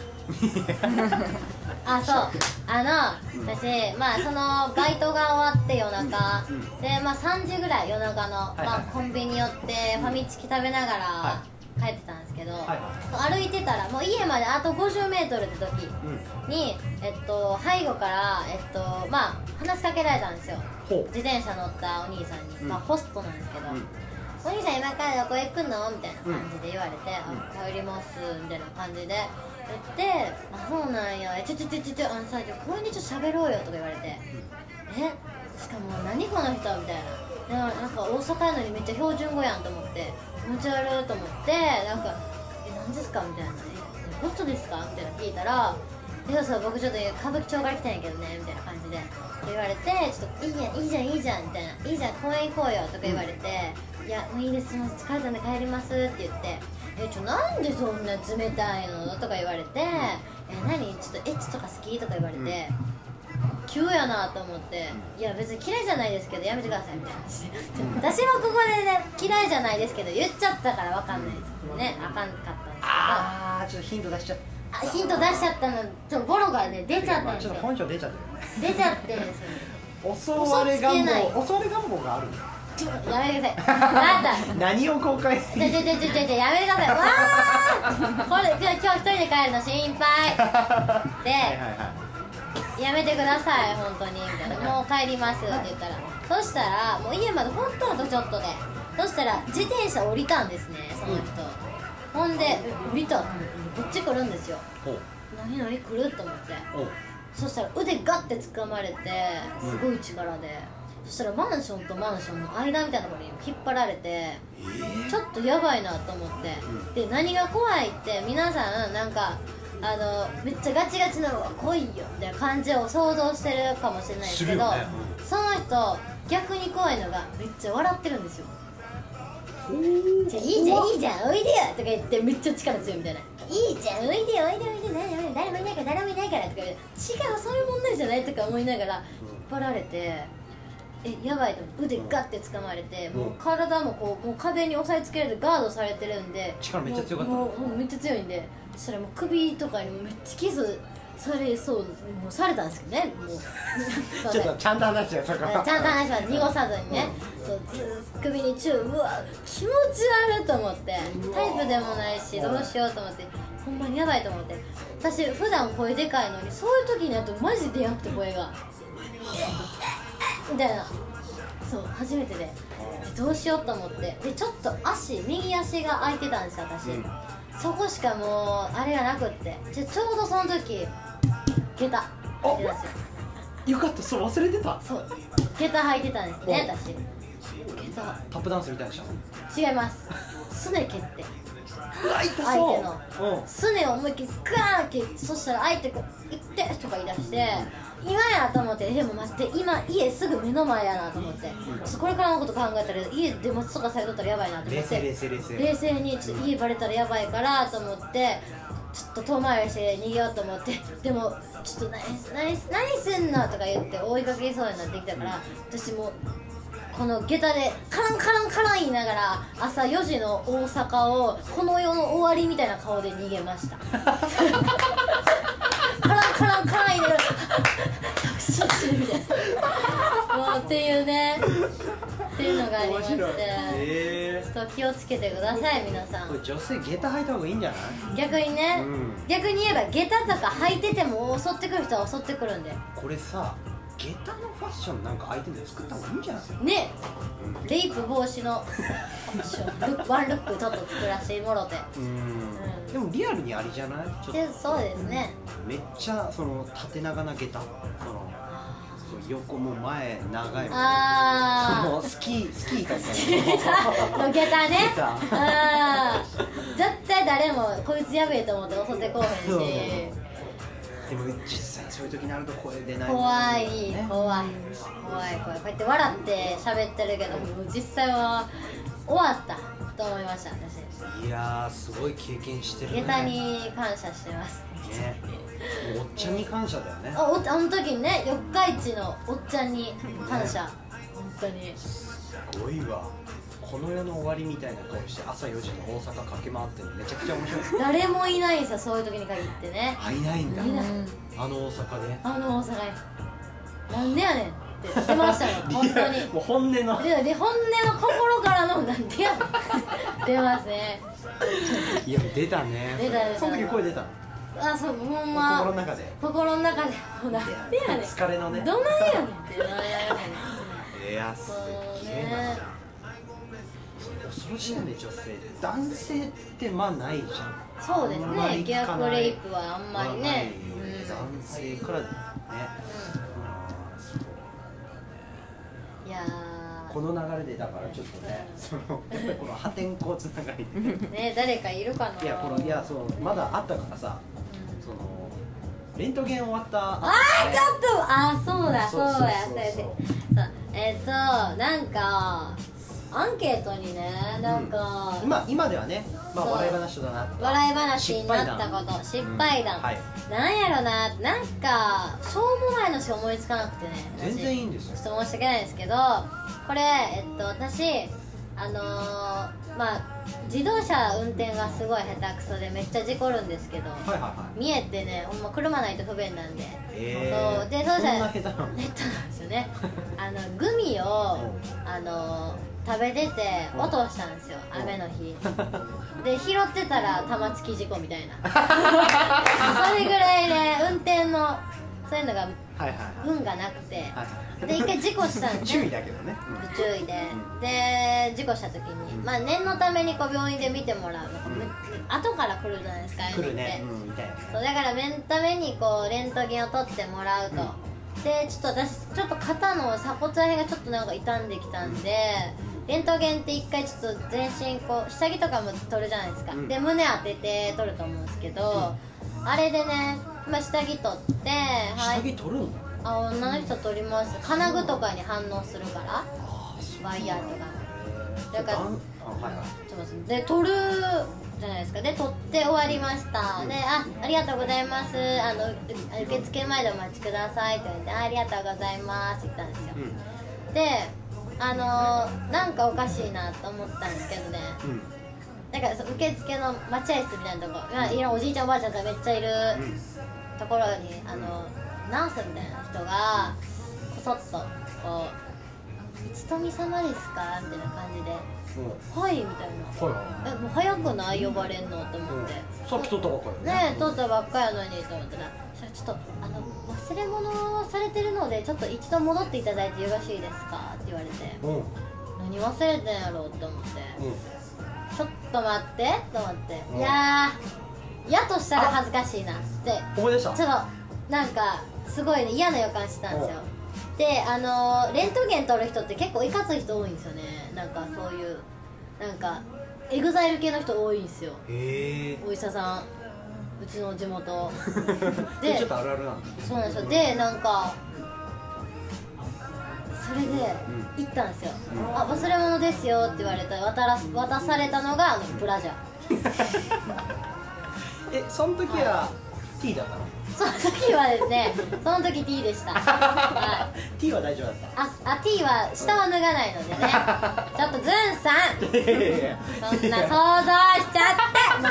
そう私そのバイトが終わって夜中で3時ぐらい、夜中のコンビニ寄ってファミチキ食べながら帰ってたんですけど、歩いてたらもう家まであと50メートルって時に背後から話しかけられたんですよ。自転車乗ったお兄さんに、ホストなんですけど、お兄さん今からどこ行くのみたいな感じで言われて、帰りますみたいな感じで言って、そうなんや、さ公園でちょっと喋ろうよとか言われて、しかも何この人みたいな、なんか大阪やのにめっちゃ標準語やんと思って、気持ち悪いと思って、なんか何ですかみたいな、ホストですかみたいな聞いたら、そう僕ちょっと歌舞伎町から来たんやけどねみたいな感じで言われて、ちょっといいじゃんみたいな、いいじゃん公園行こうよとか言われて、いやもういいです、疲れたんで帰りますって言って、なんでそんな冷たいのとか言われて、何ちょっとエッチとか好きとか言われて、急やなと思って、いや別に嫌いじゃないですけどやめてくださいみたいな話で、私もここでね嫌いじゃないですけど言っちゃったから分かんないですけどね、あかんかったんですけど、 ちょっとヒント出しちゃった。 ヒント出しちゃったの、ちょっとボロがね出ちゃったんですよ。 ちょっと本性出ちゃってる。出ちゃってるんですよ。 襲われ願望がある。 やめてください。なんだ。 何を公開？ やめてください。わあ。これ今日一人で帰るの心配。で、やめてください本当にみたいな。もう帰りますって言ったら、そしたらもう家まで本当あとちょっとで、そしたら自転車降りたんですねその人。ほんで降りた。こっち来るんですよ。何来ると思って、そしたら腕ガッて掴まれてすごい力で、そしたらマンションとマンションの間みたいなところに引っ張られて、ちょっとやばいなと思って、で何が怖いって皆さんなんかめっちゃガチガチなのが来いよみたいな感じを想像してるかもしれないですけど、その人逆に怖いのがめっちゃ笑ってるんですよ。いいじゃんおいでよとか言ってめっちゃ力強いみたいな、いいじゃんおいでよ誰もいないからとか言って、違うそういう問題じゃないとか思いながら引っ張られて、やばいと腕ガッて掴まれて、もう体もこうもう壁に押さえつけられてガードされてるんで、 力めっちゃ強かった。 もうめっちゃ強いんで、そしたらもう首とかにめっちゃキスされそう、もうされたんですけどね、もうちょっとちゃんと話してよそこ。 ちゃんと話します、濁さずにね、首にうわ気持ち悪いと思って、タイプでもないしどうしようと思って、ほんまにやばいと思って、私普段声でかいのにそういう時になるとマジでやくて声がみたいな、そう初めてでどうしようと思って、でちょっと右足が空いてたんですよ私、そこしかもうあれがなくって、ちょうどその時下駄履いてたんですよ。 よかった、そう忘れてた。 そう下駄履いてたんですね私。下駄タップダンスみたいでした？ 違います。すね蹴って、 相手のすねを思いっきりガーン蹴って、そしたら相手が「行って」とか言い出して、今やと思って、でも待って、今家すぐ目の前やなと思って、これからのこと考えたら家でもとかされとったらやばいなと思って、冷静にちょっと家バレたらやばいからと思って、ちょっと遠回りして逃げようと思って、でもちょっと何すんのとか言って追いかけそうになってきたから、私もここの下駄でカランカランカラン言いながら朝4時の大阪をこの世の終わりみたいな顔で逃げましたカランカランカラン言いながら死ぬみたいなもうっていうねっていうのがありまして、ちょっと気をつけてください皆さん。 これ女性下駄履いた方がいいんじゃない？ 逆にね、逆に言えば下駄とか履いてても襲ってくる人は襲ってくるんで、 これさ下駄のファッションなんか相手で作った方がいいんじゃないね。レイプ防止のファッションワンルックちょっと作らせてもろて、 でもリアルにありじゃない？ そうですね。 めっちゃその縦長な下駄、その横も前長いもん、そのスキーとかの下駄ね。絶対誰もこいつやべえと思って襲ってこうへんし、 でも実際そういう時になると声出ない、ね、 怖いこうやって笑って喋ってるけど、実際は終わったと思いました私。 いやーすごい経験してるね。 下駄に感謝してますね。おっちゃんに感謝だよね。 あの時にね、四日市のおっちゃんに感謝、本当にすごいわ。この世の終わりみたいな顔して朝4時の大阪駆け回ってるのめちゃくちゃ面白い。 誰もいないんですよ、そういう時に限ってね。 いないんだ。 いない。 あの大阪で。 あの大阪でなんでやねんって言ってましたよ本当に。 もう本音の。 で本音の心からのなんでやねん出ますね。 いや出たね。 出た。 その時声出たの。 あ、そう、ほんま心の中でもうなんでやねん疲れのねどないやねんってなんやねん。 いやすげえな。恐ろしいよね女性。男性ってまあないじゃん。 そうですね、逆レイプはあんまりね。 男性からね。 いやこの流れでだからちょっとね、そのこの破天荒つながりね、誰かいるかな。 いやそうまだあったからさ、そのレントゲン終わったちょっとそうだなんかアンケートにね、なんか今ではね、まあ笑い話だな、 笑い話になったこと、失敗談、なんやろな、なんかしょうもないのしか思いつかなくてね。 全然いいんですよ。 ちょっと申し訳ないんですけど、これ私まあ自動車運転がすごい下手くそでめっちゃ事故るんですけど、見えてね、ほんま車ないと不便なんで、そうでそうしたら下手なんですよね。グミを食べてて落としたんですよ、雨の日で拾ってたら玉突き事故みたいなそれぐらいね、運転のそういうのが運がなくて、で一回事故したんですね。 注意だけどね。 不注意で、で事故した時に、まあ念のためにこう病院で見てもらうの、後から来るじゃないですか、 来るね。 そうだから念のためにこうレントゲンを取ってもらうと、でちょっと私ちょっと肩の鎖骨らへんがちょっとなんか傷んできたんで、レントゲンって一回ちょっと全身こう下着とかも取るじゃないですか、で胸当てて取ると思うんですけど、あれでね、まあ、下着取って、 下着取るの？ 女の人取ります。金具とかに反応するから、ワイヤーとかだからで取るじゃないですか。で取って終わりました。でありがとうございます、受付前でお待ちくださいって言って、ありがとうございますって言ったんですよ、でなんかおかしいなと思ったんですけどね、なんか受付の待合室みたいなとこ、いろんなおじいちゃんおばあちゃんがめっちゃいるところにナースみたいな人がこそっとこう「つとみ様ですか?」みたいな感じで「はい」みたいな「もう早くない呼ばれんの?」と思って、 さっき撮ったばっかりね、撮ったばっかやのにと思ったら、それちょっと忘れ物をされてるのでちょっと一度戻っていただいてよろしいですかって言われて、何忘れてんやろうって思って、ちょっと待ってと思って、いやとしたら恥ずかしいなって思い出した。 ちょっとなんかすごいね、嫌な予感してたんですよ。でレントゲン撮る人って結構いかつい人多いんですよね。なんかそういうなんかエグザイル系の人多いんですよ。お医者さん、うちの地元でちょっとあるあるなんだ。 そうなんですよ。でなんかそれで行ったんですよ、忘れ物ですよって言われたら渡されたのがブラジャーその時は T だったの？ その時はですね、その時 T でした。はい。 T は大丈夫だった？ T は下は脱がないのでね。ちょっとズンさん。そんな想像しちゃっても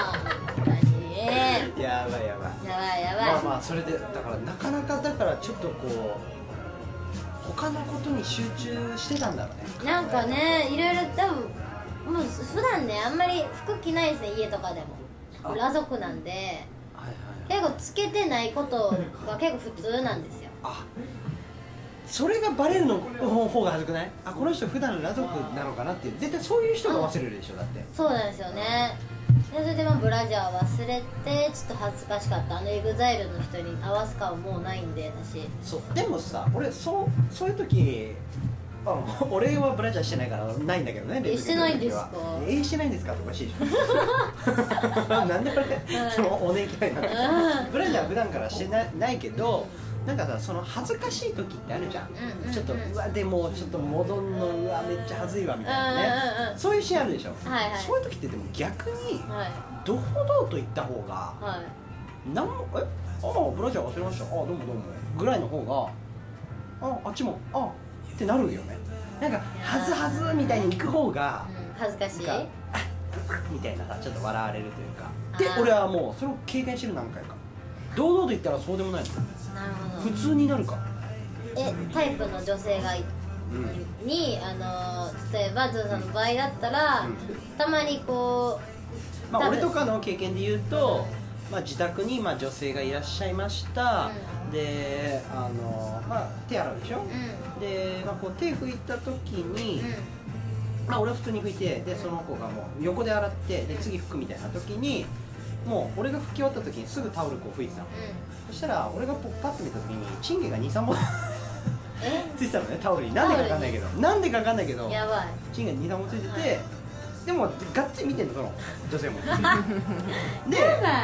う。 やばい。まあそれでだからなかなかだからちょっとこう他のことに集中してたんだろうね。 なんかね、いろいろ多分もう普段ねあんまり服着ないですね、家とかでも。裸族なんで。結構つけてないことが結構普通なんですよ。 あ、それがバレるの方が恥ずくない？あ、この人普段裸族なのかなっていう、絶対そういう人が忘れるでしょ。だってそうなんですよね。でそれでブラジャー忘れてちょっと恥ずかしかった。EXILE の人に合わす顔もうないんで私。 そうでもさ、俺そういう時俺はブラジャーしてないからないんだけどね。 してないんですか？ してないんですかっておかしいでしょ。なんでこれそのおねぎらいなんだ。ブラジャー普段からしてないけど、なんかさ、その恥ずかしい時ってあるじゃん。ちょっとうわでもちょっと戻んのうわめっちゃ恥ずいわみたいなね。そういうシーンあるでしょ。そういう時ってでも逆に堂々と言った方がなんもブラジャー忘れました。どうもぐらいの方があっちもってなるよね。なんかはずみたいに行く方が恥ずかしいみたいなさ、ちょっと笑われるというか。で俺はもうそれを経験してる。何回か堂々と言ったらそうでもないの。 なるほど。 普通になるか。 タイプの女性がに例えばゾウさんの場合だったら、たまにこう俺とかの経験で言うと、自宅に女性がいらっしゃいました。で手洗うでしょ。でこう手拭いた時に俺は普通に拭いて、でその子がもう横で洗ってで次拭くみたいな時に、もう俺が拭き終わった時にすぐタオルこう拭いてたの。そしたら俺がパッと見た時にチンゲが 2,3 本ついてたのね、タオルに。なんでか分かんないけどやばいチンゲが 2,3 本ついてて、でもがっつり見てんの、その女性も。で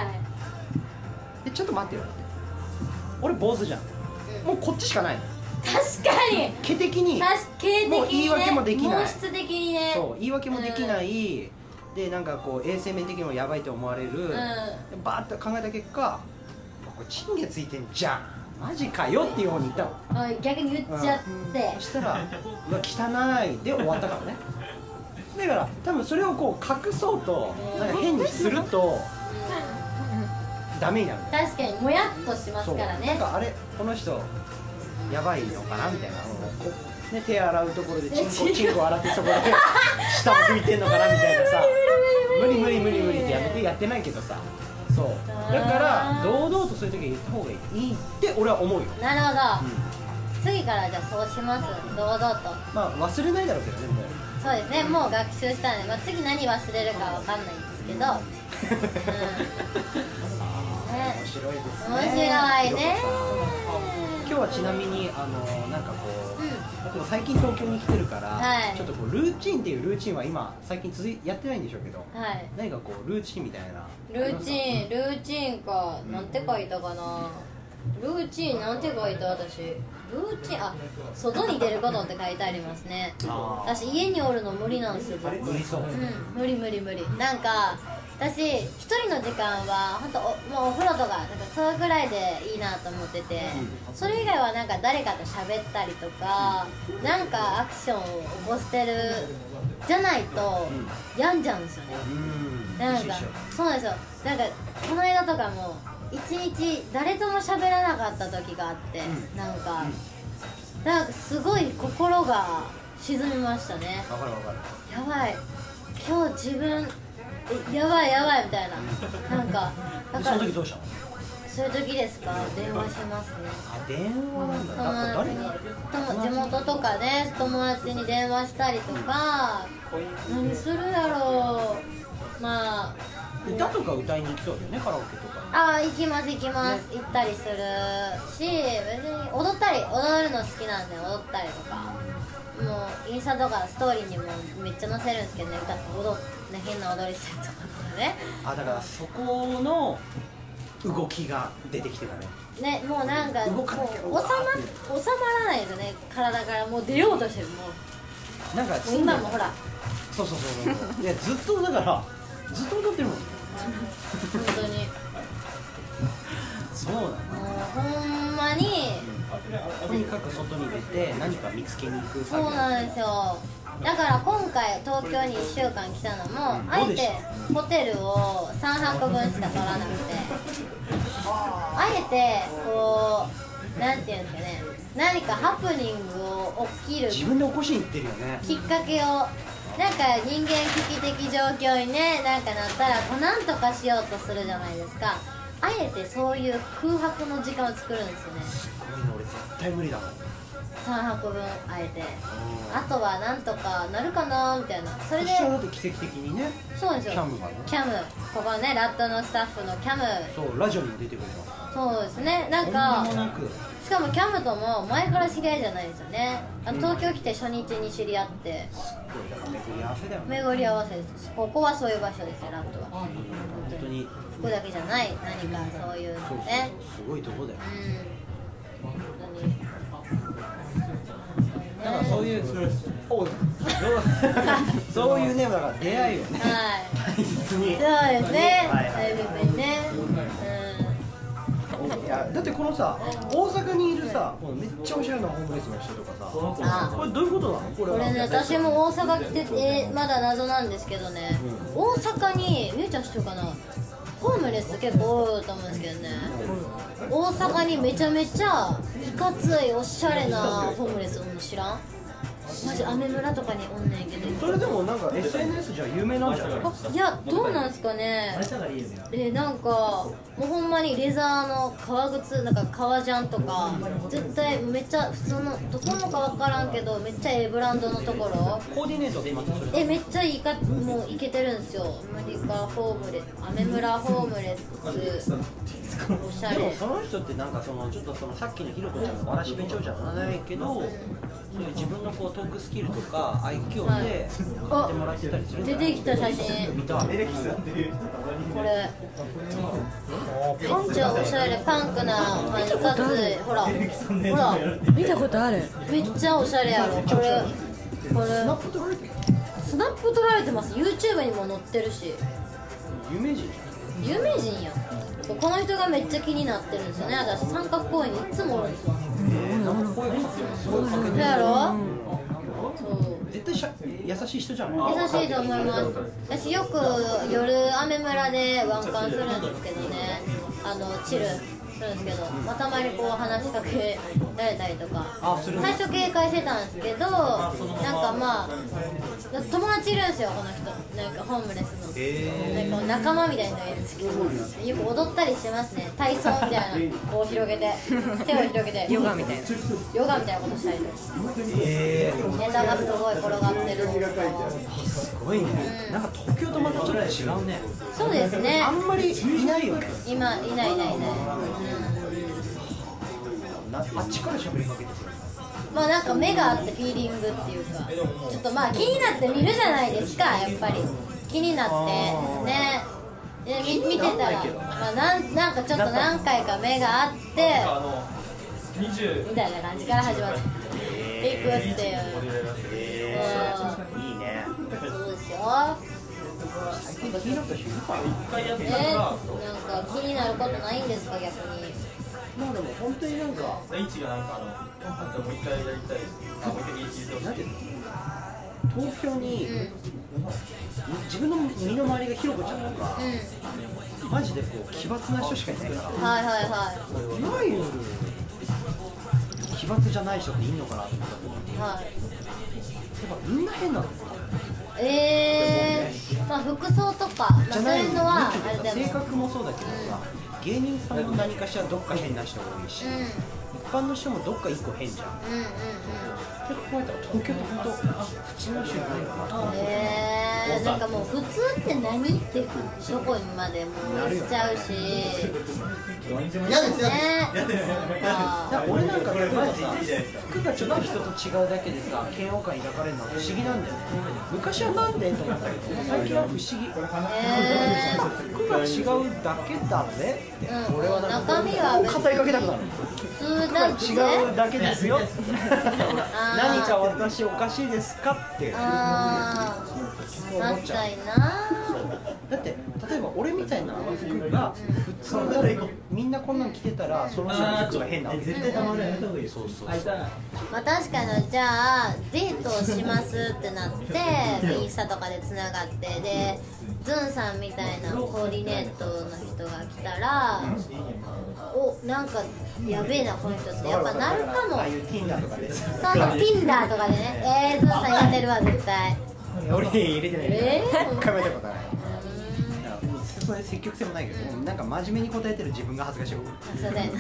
ちょっと待ってよって、俺坊主じゃん、もうこっちしかないの。 確かに毛的にもう言い訳もできない、 毛質的にね。 そう言い訳もできない、でなんかこう衛生面的にもやばいと思われる、バーッと考えた結果、これチンゲついてんじゃん、マジかよっていう方に言ったの。 逆に言っちゃって、 そしたらうわ汚いで終わったからね。だから多分それをこう隠そうとなんか変にするとダメになる。 確かにもやっとしますからね。 なんかあれこの人やばいのかなみたいな、手洗うところでチンコ洗ってそこで下を拭いてんのかなみたいなさ、無理ってやめて、やってないけどさ。そうだから堂々とそういう時は言った方がいいって俺は思うよ。 なるほど、次からじゃあそうします。堂々と忘れないだろうけどね。もうそうですね、もう学習したんで、次何忘れるかわかんないんですけど、 面白いですね。 面白いね。 今日はちなみになんかこう、僕も最近東京に来てるから、ちょっとこうルーチンっていうルーチンは今最近やってないんでしょうけど、何かこうルーチンみたいな。 ルーチンか、なんて書いたかな。ルーチンなんて書いた私。ルーチン外に出ることって書いてありますね。私家におるの無理なんですよ。 無理そう。 無理。なんか私一人の時間は本当もうお風呂とかなんかそれぐらいでいいなと思ってて、それ以外はなんか誰かと喋ったりとか、なんかアクションを起こしてるじゃないと病んじゃうんですよね。なんかそうなんですよ。なんかこの間とかも一日誰とも喋らなかった時があって、なんかすごい心が沈みましたね。 わかる。 やばい、今日自分やばいみたいな。なんかだからその時どうしたの？ そういう時ですか、電話しますね。 電話なんだ。誰に？ 地元とかね、友達に電話したりとか。何するやろう。 歌とか歌いに行きそうだよね、カラオケとか。 行きます、行ったりするし、別に踊るの好きなんで踊ったりとか、もうインスタとかストーリーにもめっちゃ載せるんですけどね、歌って変な踊りするとかね。 だからそこの動きが出てきてたね。もうなんか動かなきゃ収まらないですよね、体からもう出ようとしてる。もうなんか今もほらそういやずっとだからずっと踊ってるもん。 本当にそうなの。 ほんまにとにかく外に出て何か見つけに行く。 そうなんですよ。だから今回東京に1週間来たのも、あえてホテルを3泊分しか取らなくて、あえてこうなんていうんですかね、何かハプニングを起きる自分で起こしに行ってるよね。 きっかけを、なんか人間危機的状況にね、なんかなったらこうなんとかしようとするじゃないですか。あえてそういう空白の時間を作るんですよね。 すごいね、俺絶対無理だもん。 3泊分あえて、あとはなんとかなるかなみたいな。それでだって奇跡的にね。 そうですよ、 キャムがね、 キャム、ここね、ラットのスタッフのキャム、 そうラジオにも出てくれた。 そうですね、なんかしかもキャムとも前から知り合いじゃないですよね。東京来て初日に知り合って、 すごいだから巡り合わせだよね。 巡り合わせです。ここはそういう場所ですよ、ラットは。 本当に服だけじゃない、何かそういうのね。 すごいとこだよ。 本当にだからそういうそういうね、だから出会いをね、大切に。 そうですね、大切にね。 いやだってこのさ、大阪にいるさ、めっちゃおしゃれなホームレスの人とかさ、これどういうことなの？これね、私も大阪来ててまだ謎なんですけどね、大阪にみゆちゃん知ってるかな、ホームレス結構多いと思うんですけどね、大阪にめちゃめちゃいかついおしゃれなホームレスおんの知らん？マジアメ村とかにおんねんけど、 それでもなんか SNS じゃ有名なんじゃない？ いや、どうなんですかね。なんかもうほんまにレザーの革靴、なんか革ジャンとか絶対めっちゃ普通のどこのか分からんけどめっちゃブランドのところ、 コーディネートで今それめっちゃいいか、もういけてるんですよ。アメリカホームレス、アメ村ホームレス、おしゃれ。 でもその人ってなんかちょっとさっきのひろこちゃんのわらしべ長者じゃないけど、そういう自分のこうトークスキルとか愛嬌でやってもらってたりするんじゃない？ 出てきた写真、 見た。 これめっちゃおしゃれ、パンクな感じ、かつほら見たことある。 めっちゃおしゃれやろ。これスナップ撮られてます。 YouTube にも載ってるし、 有名人じ有名人や。この人がめっちゃ気になってるんですよね。私三角公園にいつもおるんですよ。 なんか声かけてそうやろ、そう絶対優しい人じゃない？ 優しいと思います。私よく夜アメ村でワンカンするんですけどね、チルするんですけど、たまにこう話しかけられたりとか、最初警戒してたんですけど、なんかまあ友達いるんですよ、この人。なんかホームレスの、なんか仲間みたいなのがいるんですけど、よく踊ったりしてますね。体操みたいな、こう広げて手を広げてヨガみたいなことしたりとか、ネタがすごい転がってる。 すごいね、なんか東京とまたちょっと違うね。 そうですね、 あんまりいないよね。 今いない、 あっちから喋りかけてくる。 まあなんか目があってフィーリングっていうか、ちょっとまあ気になって見るじゃないですか、やっぱり気になってね。見てたら、まあ、なんかちょっと何回か目があってみたいな感じから始まっていくっていう。 いいね。 そうですよ。 最近気になった人いるかな？ なんか気になることないんですか、逆に。 まあでも本当になんか第一がなんかもう一回やりたい。 なんていうの？東京に、自分の身の回りがひろこちゃんとか、マジでこう奇抜な人しかいないから、 はいはいはい、 いわゆる奇抜じゃない人っていいのかなと思ったけど、 はい、 やっぱみんな変なの。 まあ服装とか、まあ、そういうのはあれでも性格もそうだけどさ、芸人さんも何かしらどっか変な人が多いし、一般の人もどっか一個変じゃん。って考えたら東京って本当普通の人いないよな。 なんかもう普通って何ってどこにまでもう行っちゃうし、 嫌ですね。俺なんか例えばさ、服がちょっと人と違うだけでさ、嫌悪感抱かれるのは不思議なんだよね。昔はなんでと思ったけど、最近は不思議。服が違うだけだぜって、俺はなんか語りかけたくなる。 普通だって違うだけですよ。何じゃあ私おかしいですかって確かにな。 だって例えば俺みたいな服が普通だみんなこんなん着てたらその人の服が変なわけ絶対たまらない。そうまあ確かに、じゃあデートをしますってなってインスタとかでつながってでズンさんみたいなコーディネートの人が来たらおなんかやべえなこの人ってやっぱなるかも。 ああいう Tinder とかでそうTinder とかでねズンさん入れてるわ絶対。 俺入れてない考えたことない。それ積極性もないけど、なんか真面目に答えてる自分が恥ずかしい。 そうね。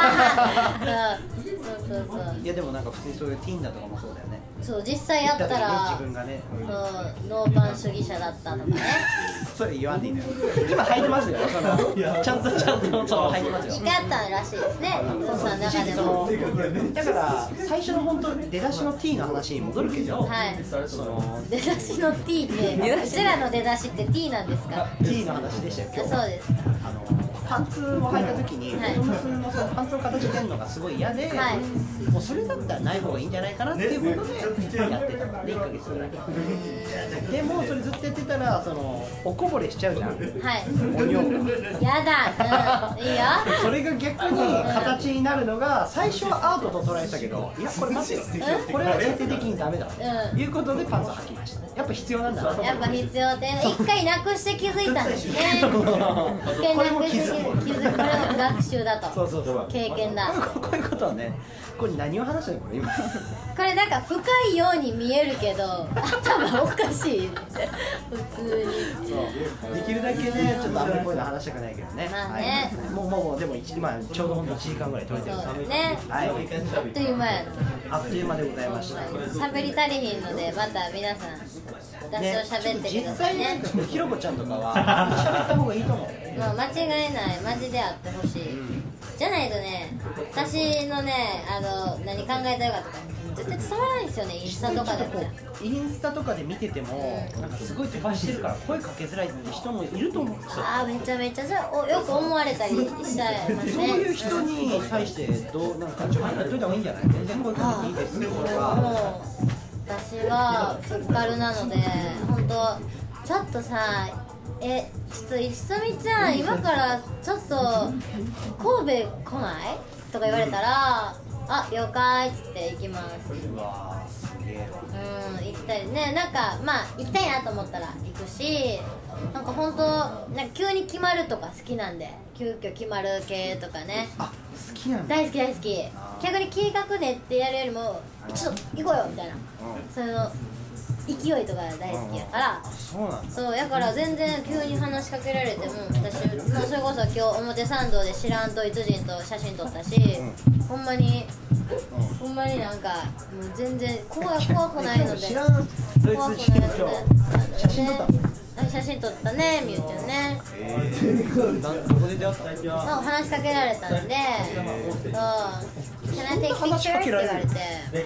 そういやでもなんか普通にそういう Tinder とかもそうだよね。 そう実際やったら自分がね、 そうノーパン主義者だったとかね。 それ言わんでいいんだよ。今履いてますよ。ちゃんとそう履いてますよ。 光ったらしいですね。そうさんの中でも。 だから最初の本当出だしの T の話に戻るけど、 はい。出だしの T ってうちらの出だしって T なんですか？ T の話でしたよ今日。 そうです。 パンツを履いた時にボトムスのそのパンツの形出るのがすごい嫌で、もうそれだったらない方がいいんじゃないかなっていうことでやってたので1ヶ月ぐらい。でもそれずっとやってたらそのおこぼれしちゃうじゃん。はい。お尿が。 やだ。いいよ。 それが逆に形になるのが最初はアートと捉えてたけど、いやこれ待てよ。これは衛生的にダメだということでパンツを履きました。やっぱ必要なんだな。 やっぱ必要って一回なくして気づいたんですね。 これも気づく。 これも学習だと。 そう経験だ。 こういうことはね、これ何を話してるのこれ今。 これなんか深いように見えるけど頭おかしい。普通に。 そうできるだけねちょっとあんまりこういうの話したくないけどね。 まあね。 もうでも今ちょうどほんと1時間ぐらい撮れてる。 そうですね。 はい。 あっという間や。 あっという間でございました。 喋り足りひんのでまた皆さん私と喋ってくださいね。 実際ひろこちゃんとかは喋った方がいいと思う。 もう間違いないマジであってほしい。じゃないとね私のね何考えたいかとか絶対伝わらないんですよね。インスタとかでもインスタとかで見ててもなんかすごい飛ばしてるから声かけづらいって人もいると思うんですよ。 ああめちゃめちゃよく思われたりしちゃいますね。 そういう人に対してなんかちょっとやっといた方がいいんじゃない？全然声かけていいですよ。 私はフッカルなので本当ちょっとさちょっといすみちゃん今からちょっと神戸来ない？とか言われたらあ了解っつって行きます。 うわーすげえ。 行ったりねなんかまあ行きたいなと思ったら行くしなんか本当なんか急に決まるとか好きなんで急遽決まる系とかね。 あ好きなんだ。 大好き大好き。逆に計画練ってやるよりもちょっと行こうよみたいな、その勢いとか大好きやから、 そうなんだ。 そうやから全然急に話しかけられても私もうそれこそ今日表参道で知らんドイツ人と写真撮ったし、ほんまになんかもう全然怖くないので知らんドイツ人と写真撮ったの？ 写真撮ったねみゆちゃんね。 どこで出会った？ そう話しかけられたんでそう「Can I take picture?」って言われて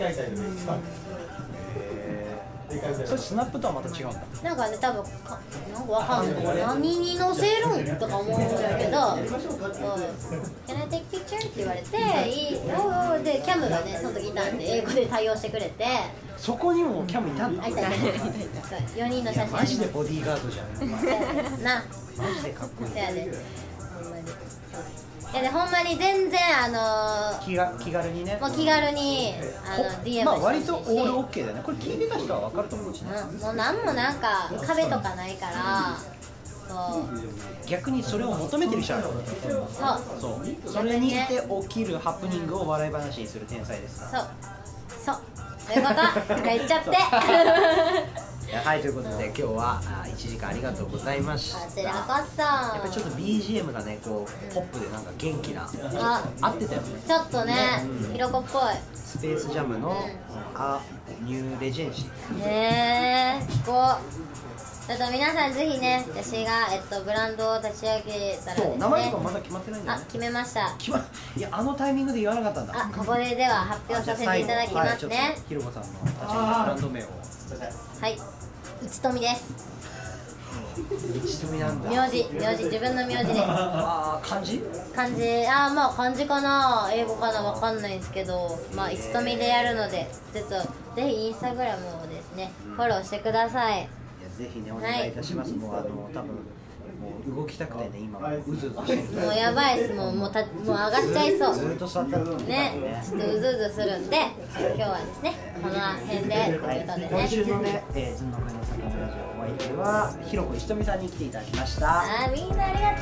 それスナップとはまた違うんだ。 なんかね多分なんかわかんない何に載せるんとか思うんだけど「Can I take picture?」って言われて「いいよ」でキャムがねその時いたんで英語で対応してくれてそこにもキャムいたんだ。 いた4人の写真マジでボディーガードじゃん。 なマジでかっこいい。 せやでほんまにいやでほんまに全然気軽にね。 もう気軽にDM まあ割とオールオッケーだよね。これ聞いてた人は分かると思うしね。 もうなんもなんか壁とかないからそう逆にそれを求めてる人はそうそれにして起きるハプニングを笑い話にする天才ですから。 そういうこととか言っちゃってはいということで今日は1時間ありがとうございました。 こちらこそやっぱりちょっと BGM がねこうポップでなんか元気な合ってたよね。 ちょっとねひろこっぽいスペースジャムのニューレジェンシー。 こうちょっと皆さんぜひね私がブランドを立ち上げたらですね。 名前とかまだ決まってないんだよね。 決めました。 いやタイミングで言わなかったんだ。 ここでは発表させていただきますね。 ひろこさんの立ち上げたブランド名を。 はい、いつとみです。 一富なんだ。 名字自分の名字です。 ああ、漢字？ 漢字、まあ漢字かな英語かなわかんないんですけど、まあ一富でやるので、ちょっとぜひインスタグラムをですね、フォローしてください。 いやぜひねお願いいたします。もう多分もう動きたくてね今もうずうずしてる。 もうやばいです。もう上がっちゃいそう。 ずっと座ってるね。ちょっとうずうずするんで、今日はですねこの辺でということでね。 今週のねずんの国の坂のラジオお相手はひろこいしとみさんに来ていただきました。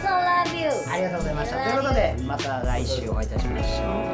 みんなありがとう。Love you。 ありがとうございました。ということでまた来週お会いいたしましょう。